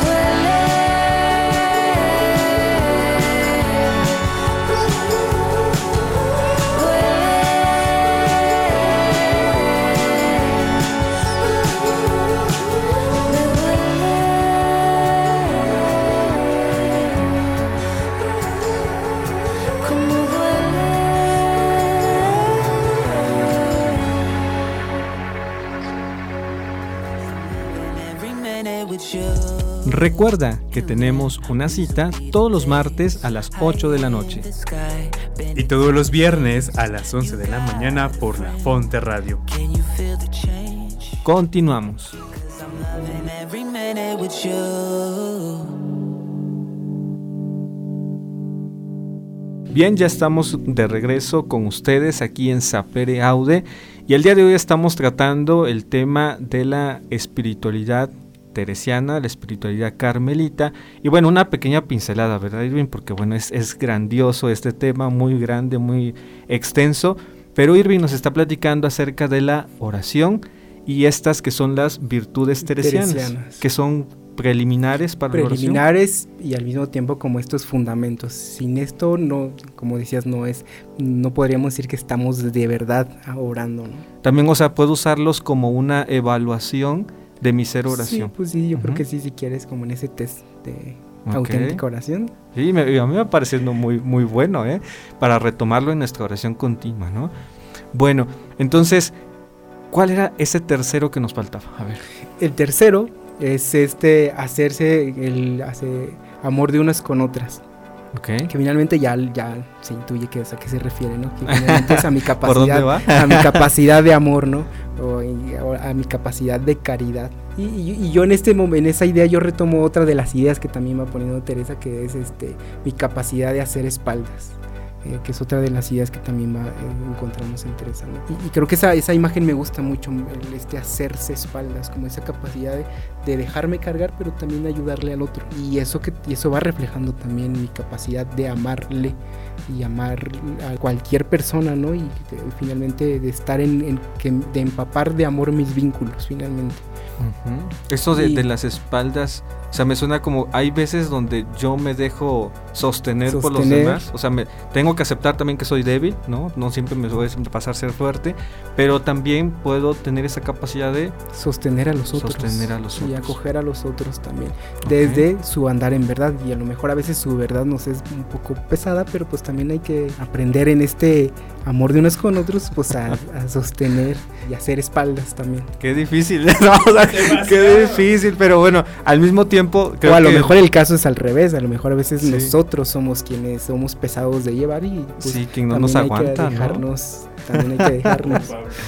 S3: Recuerda que tenemos una cita todos los martes a las ocho de la noche.
S2: Y todos los viernes a las once de la mañana por La Fonte Radio.
S3: Continuamos. Bien, ya estamos de regreso con ustedes aquí en Sapere Aude y el día de hoy estamos tratando el tema de la espiritualidad teresiana, la espiritualidad carmelita y bueno, una pequeña pincelada, ¿verdad, Irving? Porque bueno, es, es grandioso este tema, muy grande, muy extenso, pero Irving nos está platicando acerca de la oración y estas que son las virtudes teresianas, teresianas. que son preliminares para
S5: preliminares
S3: la oración.
S5: Y al mismo tiempo como estos fundamentos. Sin esto no, como decías, no es, no podríamos decir que estamos de verdad orando, ¿no?
S3: También, o sea, puedo usarlos como una evaluación de mi ser oración.
S5: Sí, pues sí, yo
S3: uh-huh.
S5: creo que sí, si quieres, como en ese test de
S3: okay.
S5: auténtica oración.
S3: Sí, me, a mí me va pareciendo muy, muy bueno, ¿eh? Para retomarlo en nuestra oración continua, ¿no? Bueno, entonces, ¿cuál era ese tercero que nos faltaba? A ver.
S5: El tercero es este, hacerse el hace amor de unas con otras.
S3: Okay.
S5: Que finalmente ya, ya se intuye que es a qué se refiere, ¿no? Que finalmente es a mi capacidad,
S3: ¿Por dónde va?
S5: a mi capacidad de amor, ¿no? O, y, o a mi capacidad de caridad. Y, y, y yo en este momento, en esa idea, yo retomo otra de las ideas que también va poniendo Teresa, que es este mi capacidad de hacer espaldas. Eh, que es otra de las ideas que también va, eh, encontramos en Teresa, ¿no? Y, y creo que esa, esa imagen me gusta mucho, el, este hacerse espaldas, como esa capacidad de, de dejarme cargar, pero también ayudarle al otro. Y eso, que, y eso va reflejando también mi capacidad de amarle y amar a cualquier persona, ¿no? Y, de, y finalmente de estar en, en que, de empapar de amor mis vínculos, finalmente.
S3: Uh-huh. Eso de, de las espaldas, o sea, me suena como hay veces donde yo me dejo sostener, sostener por los demás, o sea, me tengo que aceptar también que soy débil, ¿no? No siempre me voy a pasar ser fuerte, pero también puedo tener esa capacidad de
S5: sostener a los otros.
S3: Sostener a los otros.
S5: y acoger a los otros también, desde okay. su andar en verdad, y a lo mejor a veces su verdad nos es un poco pesada, pero pues también hay que aprender en este amor de unos con otros, pues a, a sostener y hacer espaldas también.
S3: Qué difícil, no, o sea, qué difícil, pero bueno, al mismo tiempo creo
S5: o a
S3: que...
S5: lo mejor el caso es al revés, a lo mejor a veces
S3: sí.
S5: nosotros somos quienes somos pesados de llevar y pues
S3: sí, quien no nos aguanta,
S5: hay que dejarnos, ¿no? También hay que dejarnos.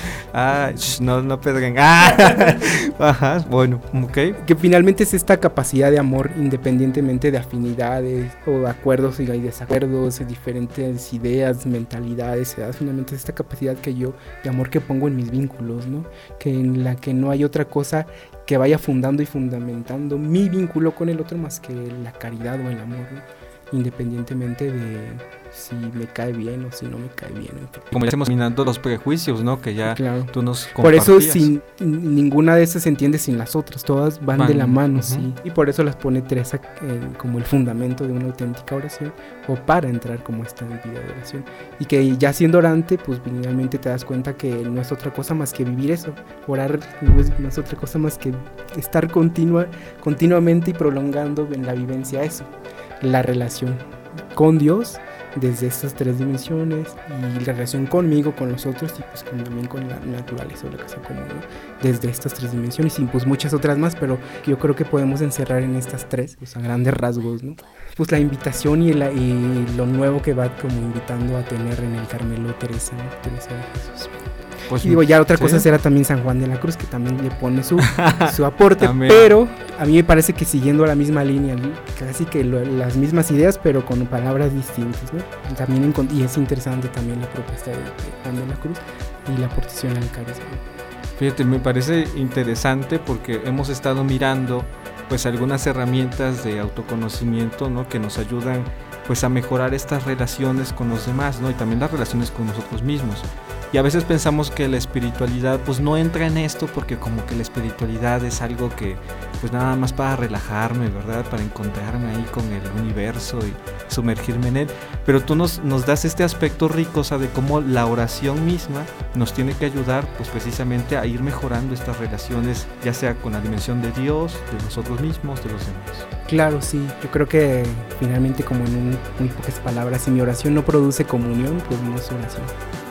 S3: Ah, sh, no, no pedren. Ah, ajá, bueno, ok.
S5: Que finalmente es esta capacidad de amor independientemente de afinidades o acuerdos y desacuerdos, diferentes ideas, mentalidades, edades. Finalmente es esta capacidad que yo, de amor que pongo en mis vínculos, ¿no? Que en la que no hay otra cosa que vaya fundando y fundamentando mi vínculo con el otro más que la caridad o el amor, ¿no? Independientemente de si me cae bien o si no me cae bien.
S3: Como ya estamos terminando los prejuicios, ¿no? Que ya claro. tú nos compartías.
S5: Por eso sin, ninguna de esas se entiende sin las otras, todas van, van de la mano, uh-huh. sí. Y por eso las pone Teresa eh, como el fundamento de una auténtica oración, o para entrar como esta vida de oración. Y que ya siendo orante, pues finalmente te das cuenta que no es otra cosa más que vivir eso. Orar no es, no es otra cosa más que estar continua, continuamente y prolongando en la vivencia eso. La relación con Dios desde estas tres dimensiones y la relación conmigo, con los otros y pues con, también con la naturaleza o la casa común, ¿no? Desde estas tres dimensiones y pues muchas otras más, pero yo creo que podemos encerrar en estas tres pues a grandes rasgos, ¿no? Pues la invitación y, la, y lo nuevo que va como invitando a tener en el Carmelo Teresa, ¿no? Teresa de Jesús. Pues y digo, ya otra ¿sí? cosa será también San Juan de la Cruz, que también le pone su, su aporte, pero a mí me parece que siguiendo la misma línea, casi que lo, las mismas ideas, pero con palabras distintas, ¿no? También en, y es interesante también la propuesta de, de Juan de la Cruz y la aportación al carisma.
S3: Fíjate, me parece interesante porque hemos estado mirando pues algunas herramientas de autoconocimiento, ¿no? Que nos ayudan pues a mejorar estas relaciones con los demás, ¿no? Y también las relaciones con nosotros mismos. Y a veces pensamos que la espiritualidad pues no entra en esto porque como que la espiritualidad es algo que pues nada más para relajarme, ¿verdad? Para encontrarme ahí con el universo y sumergirme en él. Pero tú nos, nos das este aspecto rico, o sea, de cómo la oración misma nos tiene que ayudar pues precisamente a ir mejorando estas relaciones, ya sea con la dimensión de Dios, de nosotros mismos, de los demás.
S5: Claro, sí. Yo creo que finalmente, como en un, muy pocas palabras, si mi oración no produce comunión, pues no es oración.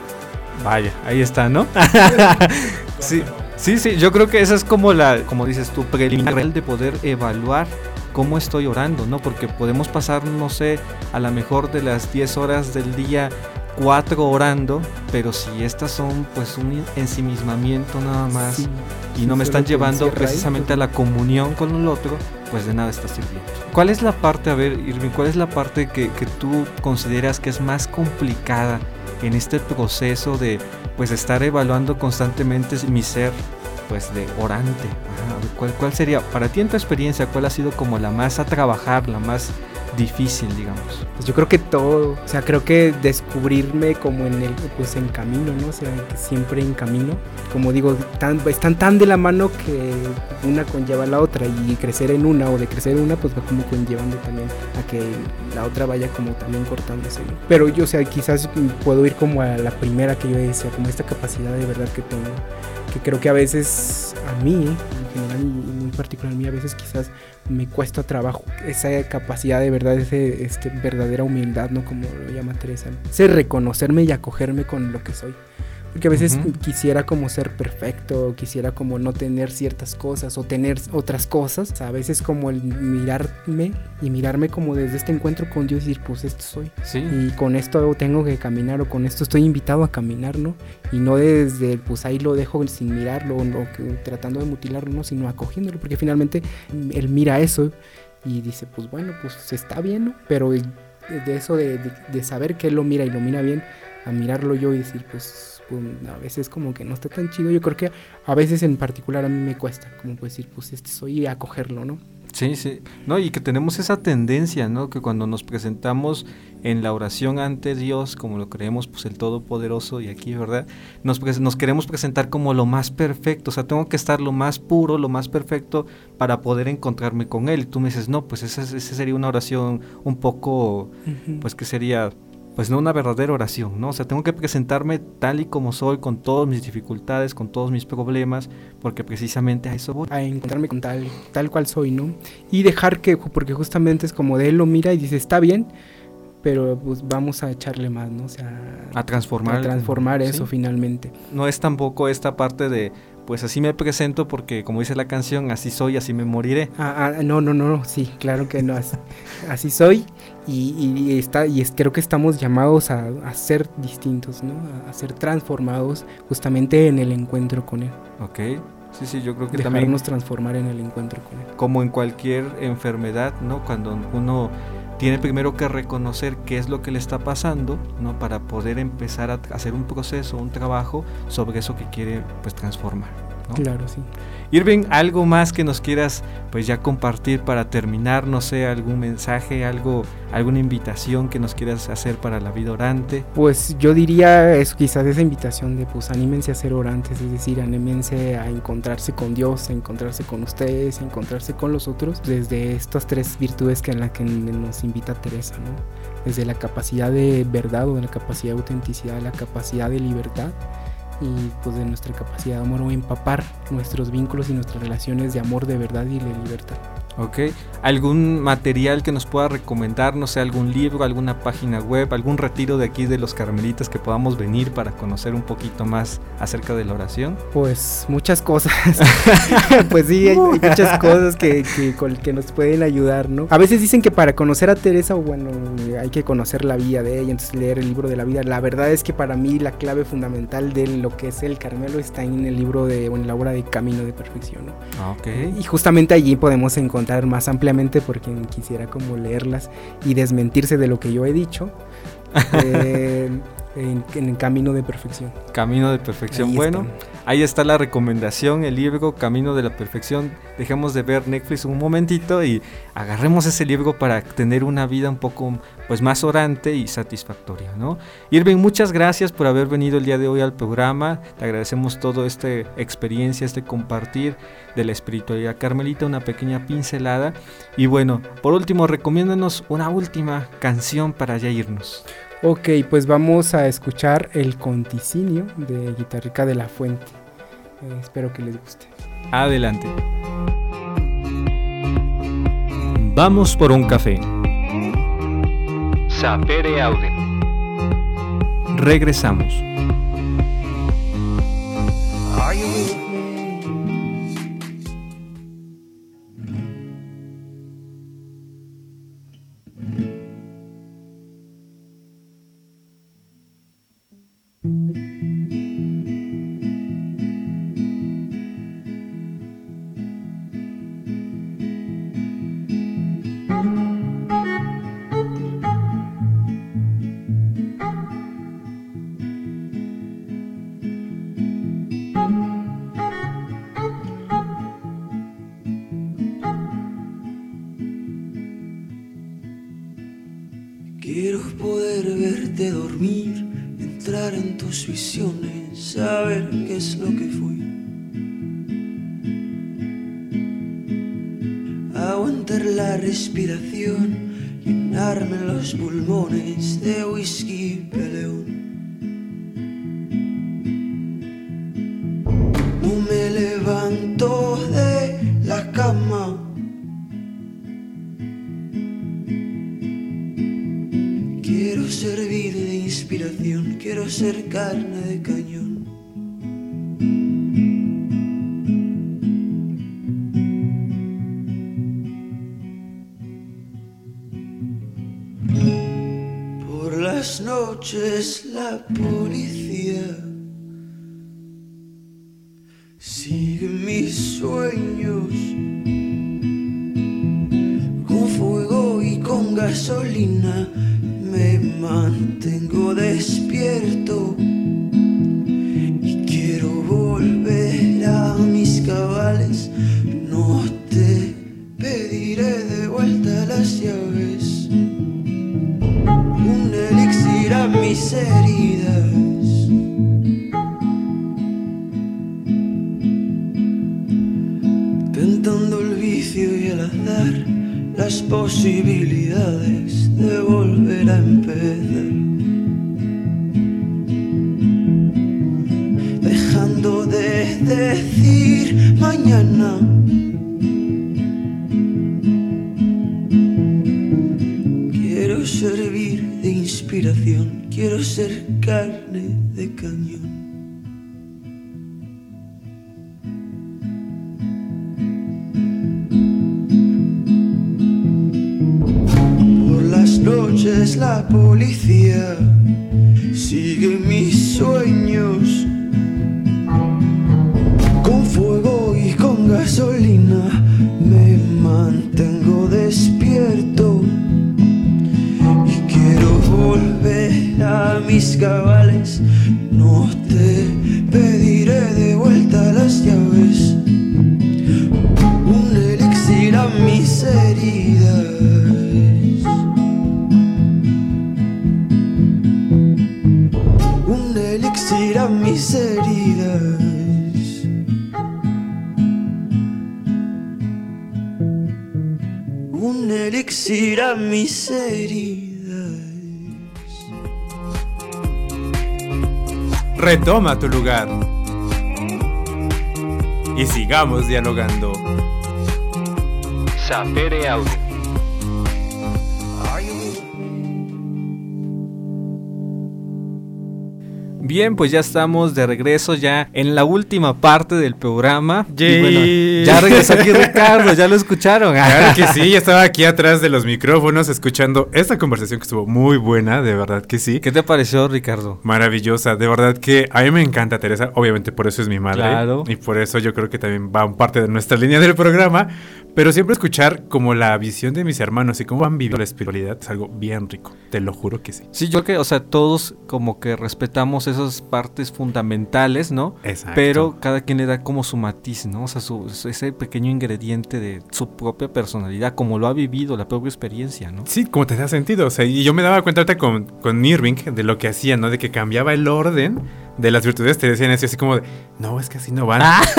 S3: Vaya, ahí está, ¿no? sí, sí, sí, yo creo que esa es como la, como dices tú, preliminar de poder evaluar cómo estoy orando, ¿no? Porque podemos pasar, no sé, a lo mejor de las diez horas del día, cuatro orando, pero si estas son pues un ensimismamiento nada más sí, y no me están llevando precisamente ahí, a la comunión con el otro, pues de nada está sirviendo. ¿Cuál es la parte, a ver, Irving, cuál es la parte que, que tú consideras que es más complicada en este proceso de pues estar evaluando constantemente mi ser pues de orante? Ajá, ¿cuál, ¿Cuál sería, para ti en tu experiencia, cuál ha sido como la más a trabajar, la más difícil, digamos?
S5: Pues yo creo que todo, o sea, creo que descubrirme como en el, pues en camino, ¿no? O sea, que siempre en camino, como digo, tan, están tan de la mano que una conlleva a la otra, y crecer en una o de crecer en una, pues va como conllevando también a que la otra vaya como también cortándose, ¿no? Pero yo, o sea, quizás puedo ir como a la primera que yo decía, como esta capacidad de verdad que tengo, que creo que a veces a mí, en general y muy particular a mí, a veces quizás me cuesta trabajo esa capacidad de verdad, ese, este, verdadera humildad, ¿no? Como lo llama Teresa, ese reconocerme y acogerme con lo que soy. Porque a veces uh-huh. quisiera como ser perfecto, quisiera como no tener ciertas cosas o tener otras cosas. O sea, a veces como el mirarme y mirarme como desde este encuentro con Dios y decir, pues esto soy.
S3: Sí.
S5: Y con esto tengo que caminar, o con esto estoy invitado a caminar, ¿no? Y no desde, pues ahí lo dejo sin mirarlo, o no, tratando de mutilarlo, ¿no? Sino acogiéndolo, porque finalmente él mira eso y dice, pues bueno, pues está bien, ¿no? Pero de eso de, de, de saber que él lo mira y lo mira bien, a mirarlo yo y decir, pues... a veces como que no está tan chido. Yo creo que a veces en particular a mí me cuesta como pues decir, pues este soy, y acogerlo, ¿no?
S3: Sí, sí, no, y que tenemos esa tendencia, ¿no? Que cuando nos presentamos en la oración ante Dios, como lo creemos, pues el Todopoderoso, y aquí, ¿verdad? Nos, nos queremos presentar como lo más perfecto, o sea, tengo que estar lo más puro, lo más perfecto para poder encontrarme con Él. Y tú me dices, no, pues esa, esa sería una oración un poco, uh-huh. pues que sería... pues no una verdadera oración, ¿no? O sea, tengo que presentarme tal y como soy, con todas mis dificultades, con todos mis problemas, porque precisamente a eso voy.
S5: A encontrarme con tal, tal cual soy, ¿no? Y dejar que, porque justamente es como de él lo mira y dice, está bien, pero pues vamos a echarle más, ¿no? O sea,
S3: a transformar,
S5: a transformar eso,
S3: ¿sí?
S5: Finalmente.
S3: No es tampoco esta parte de, pues así me presento porque, como dice la canción, así soy, así me moriré.
S5: Ah, ah, no, no, no, sí, claro que no, así, así soy y, y, está, y es, creo que estamos llamados a, a ser distintos, ¿no? A, a ser transformados justamente en el encuentro con él.
S3: Ok, sí, sí, yo creo que
S5: dejarnos
S3: también
S5: transformar en el encuentro con él.
S3: Como en cualquier enfermedad, ¿no? Cuando uno tiene primero que reconocer qué es lo que le está pasando, ¿no? Para poder empezar a hacer un proceso, un trabajo sobre eso que quiere, pues, transformar, ¿no?
S5: Claro, sí.
S3: Irving, ¿algo más que nos quieras, pues, ya compartir para terminar? No sé, algún mensaje, algo, alguna invitación que nos quieras hacer para la vida orante.
S5: Pues yo diría eso, quizás esa invitación de, pues, anímense a ser orantes, es decir, anímense a encontrarse con Dios, a encontrarse con ustedes, a encontrarse con los otros, desde estas tres virtudes que en las que nos invita Teresa, ¿no? Desde la capacidad de verdad o de la capacidad de autenticidad, la capacidad de libertad, y pues de nuestra capacidad de amor, o empapar nuestros vínculos y nuestras relaciones de amor, de verdad y de libertad.
S3: Ok, ¿algún material que nos pueda recomendar? No sé, algún libro, alguna página web, algún retiro de aquí de los Carmelitas que podamos venir para conocer un poquito más acerca de la oración.
S5: Pues muchas cosas. Pues sí, hay, hay muchas cosas que, que, que nos pueden ayudar, ¿no? A veces dicen que para conocer a Teresa, bueno, hay que conocer la vida de ella, entonces leer el libro de la vida. La verdad es que para mí la clave fundamental de lo que es el Carmelo está en el libro de, o en la obra de Camino de Perfección, ¿no?
S3: Ah, ok.
S5: Y justamente allí podemos encontrar más ampliamente, por quien quisiera como leerlas y desmentirse de lo que yo he dicho, eh, en, en el Camino de Perfección.
S3: Camino de Perfección.
S5: Ahí
S3: bueno,
S5: están.
S3: Ahí está la recomendación, el libro Camino de la Perfección. Dejemos de ver Netflix un momentito y agarremos ese libro para tener una vida un poco, pues, más orante y satisfactoria, ¿no? Irving, muchas gracias por haber venido el día de hoy al programa. Te agradecemos toda esta experiencia, este compartir de la espiritualidad carmelita, una pequeña pincelada. Y bueno, por último, recomiéndanos una última canción para ya irnos.
S5: Ok, pues vamos a escuchar El Conticinio de Guitarrica de la Fuente. Eh, espero que les guste.
S3: Adelante. Vamos por un café. Sapere aude. Regresamos.
S1: Are you with me? Quiero poder verte dormir, entrar en tus visiones, saber qué es lo que fui. Aguantar la respiración, llenarme los pulmones de whisky peleón. No me levanto de la cama, quiero servir de inspiración, quiero ser carne de cañón. Por las noches la policía sigue mis sueños, con fuego y con gasolina me mantengo despierto y quiero volver a mis cabales. No te pediré de vuelta las llaves, un elixir a mis heridas. Tentando el vicio y el azar, las posibilidades de volver a empezar.
S7: quiero servir de inspiración, quiero ser carne de cañón. Por las noches la policía sigue mis sueños, con fuego y con gasolina me mantengo despierto y quiero volver a mis cabales. No te pediré de vuelta las llaves, un elixir a mis heridas, un elixir a mis heridas. Un elixir a mis heridas.
S2: Retoma tu lugar y sigamos dialogando.
S8: Sapere Audio.
S3: Bien, pues ya estamos de regreso ya en la última parte del programa.
S2: Yay.
S3: Y bueno, ya regresó aquí Ricardo, ya lo escucharon.
S2: Claro que sí, ya estaba aquí atrás de los micrófonos escuchando esta conversación que estuvo muy buena, de verdad que sí.
S3: ¿Qué te pareció, Ricardo?
S2: Maravillosa, de verdad que a mí me encanta Teresa, obviamente por eso es mi madre.
S3: Claro.
S2: Y por eso yo creo que también va parte de nuestra línea del programa, pero siempre escuchar como la visión de mis hermanos y cómo han vivido la espiritualidad es algo bien rico, te lo juro que sí.
S3: Sí, yo creo que, o sea, todos como que respetamos esas partes fundamentales, ¿no?
S2: Exacto.
S3: Pero cada quien le da como su matiz, ¿no? O sea, su, su- ese pequeño ingrediente de su propia personalidad, como lo ha vivido, la propia experiencia, ¿no?
S2: Sí, como te da sentido, o sea, y yo me daba cuenta ahorita con, con Irving de lo que hacía, ¿no? De que cambiaba el orden de las virtudes teresianas y así como de, no, es que así no van.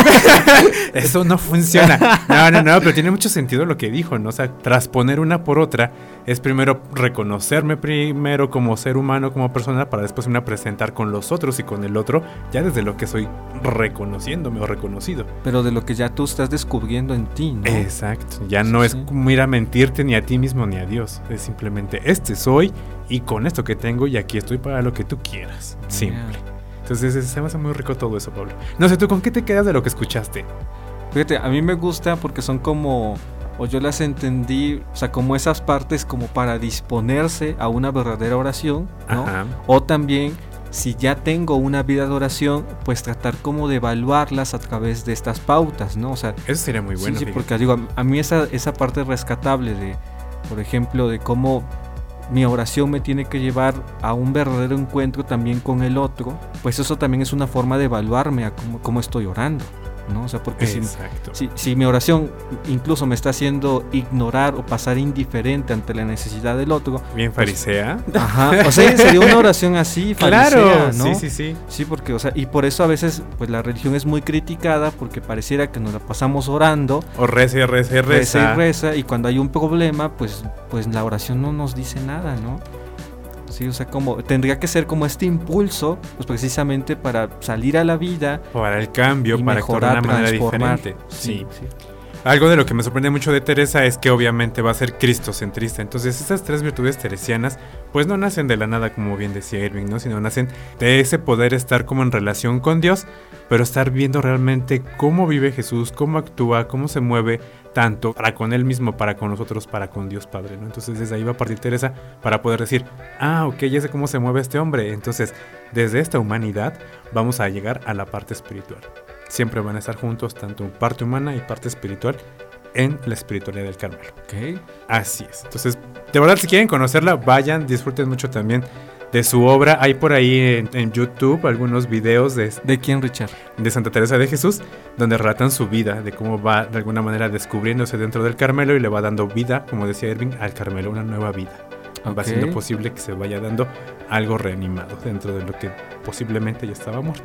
S2: Eso no funciona. No, no, no, pero tiene mucho sentido lo que dijo, ¿no? O sea, trasponer una por otra es primero reconocerme primero como ser humano, como persona, para después irme a presentar con los otros y con el otro, ya desde lo que soy reconociéndome o reconocido.
S3: Pero de lo que ya tú estás descubriendo en ti, ¿no?
S2: Exacto, ya no
S3: Sí,
S2: es
S3: sí.
S2: como ir a mentirte ni a ti mismo ni a Dios, es simplemente este soy y con esto que tengo y aquí estoy para lo que tú quieras, simple. Entonces se me hace muy rico todo eso, Pablo. No sé, ¿tú con qué te quedas de lo que escuchaste?
S3: Fíjate, a mí me gusta porque son como, o yo las entendí, o sea, como esas partes como para disponerse a una verdadera oración, ¿no?
S2: Ajá.
S3: O también, si ya tengo una vida de oración, pues tratar como de evaluarlas a través de estas pautas, ¿no? O sea,
S2: Eso sería muy bueno.
S3: sí, sí,
S2: fíjate.
S3: porque digo, a, a mí esa, esa parte rescatable de, por ejemplo, de cómo mi oración me tiene que llevar a un verdadero encuentro también con el otro, pues eso también es una forma de evaluarme a cómo, cómo estoy orando, ¿no? O sea, porque si,
S2: Exacto.
S3: si, si mi oración incluso me está haciendo ignorar o pasar indiferente ante la necesidad del otro,
S2: Bien farisea.
S3: ajá, o sea, sería una oración así, farisea,
S2: Claro,
S3: ¿no?
S2: sí, sí, sí.
S3: Sí, porque, o sea, y por eso a veces, pues la religión es muy criticada porque pareciera que nos la pasamos orando,
S2: O reza y reza y
S3: reza
S2: reza.
S3: y reza, y cuando hay un problema, pues, pues la oración no nos dice nada, ¿no? Sí, o sea, como tendría que ser como este impulso, pues precisamente para salir a la vida
S2: Para el cambio,
S3: y
S2: para actuar de
S3: mejorar,
S2: una manera
S3: transformar.
S2: diferente.
S3: Sí,
S2: Sí.
S3: sí.
S2: Algo de lo que me sorprende mucho de Teresa es que obviamente va a ser cristocentrista. Entonces estas tres virtudes teresianas pues no nacen de la nada, como bien decía Irving, ¿no? Sino nacen de ese poder estar como en relación con Dios, pero estar viendo realmente cómo vive Jesús, cómo actúa, cómo se mueve, tanto para con Él mismo, para con nosotros, para con Dios Padre, ¿no? Entonces desde ahí va a partir Teresa para poder decir, ah, ok, ya sé cómo se mueve este hombre. Entonces desde esta humanidad vamos a llegar a la parte espiritual. Siempre van a estar juntos, tanto parte humana y parte espiritual, en la espiritualidad del Carmelo.
S3: Ok.
S2: Así es. Entonces, de verdad, si quieren conocerla, vayan, disfruten mucho también de su obra. Hay por ahí en, en YouTube algunos videos de,
S3: ¿De quién, Richard?
S2: de Santa Teresa de Jesús, donde relatan su vida, de cómo va de alguna manera descubriéndose dentro del Carmelo y le va dando vida, como decía Irving, al Carmelo, una nueva vida.
S3: Ok.
S2: Va siendo posible que se vaya dando algo reanimado dentro de lo que posiblemente ya estaba muerto.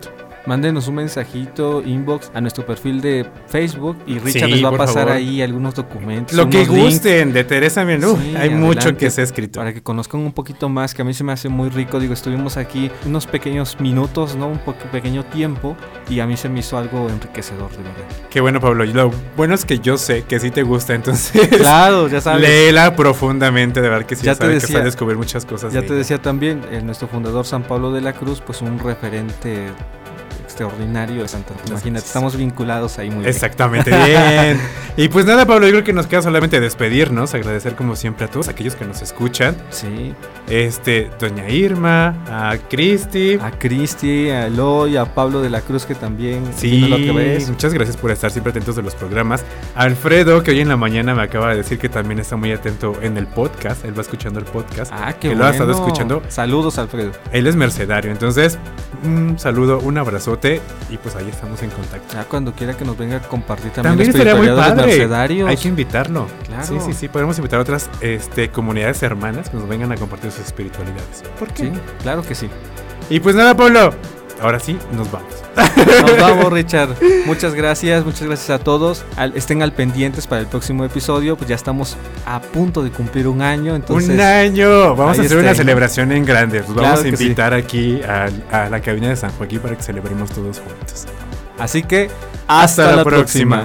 S3: mándenos un mensajito, inbox a nuestro perfil de Facebook y Richard
S2: Sí,
S3: les va a
S2: por
S3: pasar
S2: favor.
S3: ahí algunos documentos.
S2: Lo que
S3: unos links.
S2: gusten de Teresa Menú.
S3: Sí,
S2: Hay mucho
S3: adelante,
S2: que se ha escrito.
S3: para que conozcan un poquito más, que a mí se me hace muy rico. Digo, estuvimos aquí unos pequeños minutos, ¿no? Un po- pequeño tiempo, y a mí se me hizo algo enriquecedor, de verdad.
S2: Qué bueno, Pablo. Y lo bueno es que yo sé que sí te gusta, entonces
S3: Claro, ya sabes.
S2: léela profundamente, de verdad que sí,
S3: Ya
S2: ya
S3: te
S2: sabes que
S3: decía-
S2: vas a descubrir muchas cosas.
S3: Ya
S2: de
S3: te
S2: ella.
S3: decía también, eh, nuestro fundador San Pablo de la Cruz, pues un referente extraordinario de Santa Cruz. Imagínate, estamos vinculados ahí muy bien.
S2: Exactamente, bien. Y pues nada, Pablo, yo creo que nos queda solamente despedirnos, agradecer como siempre a todos aquellos que nos escuchan.
S3: Sí.
S2: Este, doña Irma, a Cristi.
S3: A Cristi, a Eloy, a Pablo de la Cruz, que también
S2: Sí,
S3: vino la otra vez.
S2: muchas gracias por estar siempre atentos de los programas. A Alfredo, que hoy en la mañana me acaba de decir que también está muy atento en el podcast. Él va escuchando el podcast.
S3: Ah, qué
S2: que
S3: bueno.
S2: lo ha estado escuchando.
S3: Saludos, Alfredo.
S2: Él es mercedario, entonces un saludo, un abrazote y pues ahí estamos en contacto.
S3: Ya cuando quiera que nos venga a compartir también,
S2: También
S3: la
S2: estaría muy
S3: espiritualidad de los
S2: padre.
S3: mercedarios.
S2: Hay que invitarlo.
S3: Claro.
S2: Sí, sí, sí. Podemos invitar a otras este, comunidades hermanas que nos vengan a compartir sus espiritualidades. ¿Por qué?
S3: Sí, claro que sí.
S2: Y pues nada, Pablo. Ahora sí, nos vamos.
S3: Nos vamos, Richard. Muchas gracias, muchas gracias a todos. Al- estén al pendientes para el próximo episodio. Pues ya estamos a punto de cumplir un año. Entonces,
S2: un año. Vamos a
S3: ahí
S2: hacer una
S3: estén.
S2: celebración en grande. Los
S3: Claro
S2: vamos a
S3: que sí.
S2: invitar aquí a, a la cabina de San Joaquín para que celebremos todos juntos.
S3: Así que hasta, la, próxima.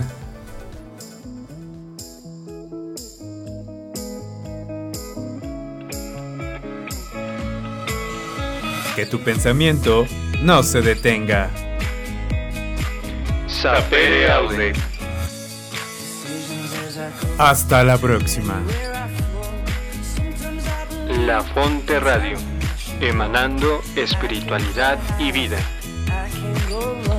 S2: Que tu pensamiento no se detenga.
S4: Sapere Aude.
S2: Hasta la próxima.
S4: La Fonte Radio. Emanando espiritualidad y vida.
S7: I can go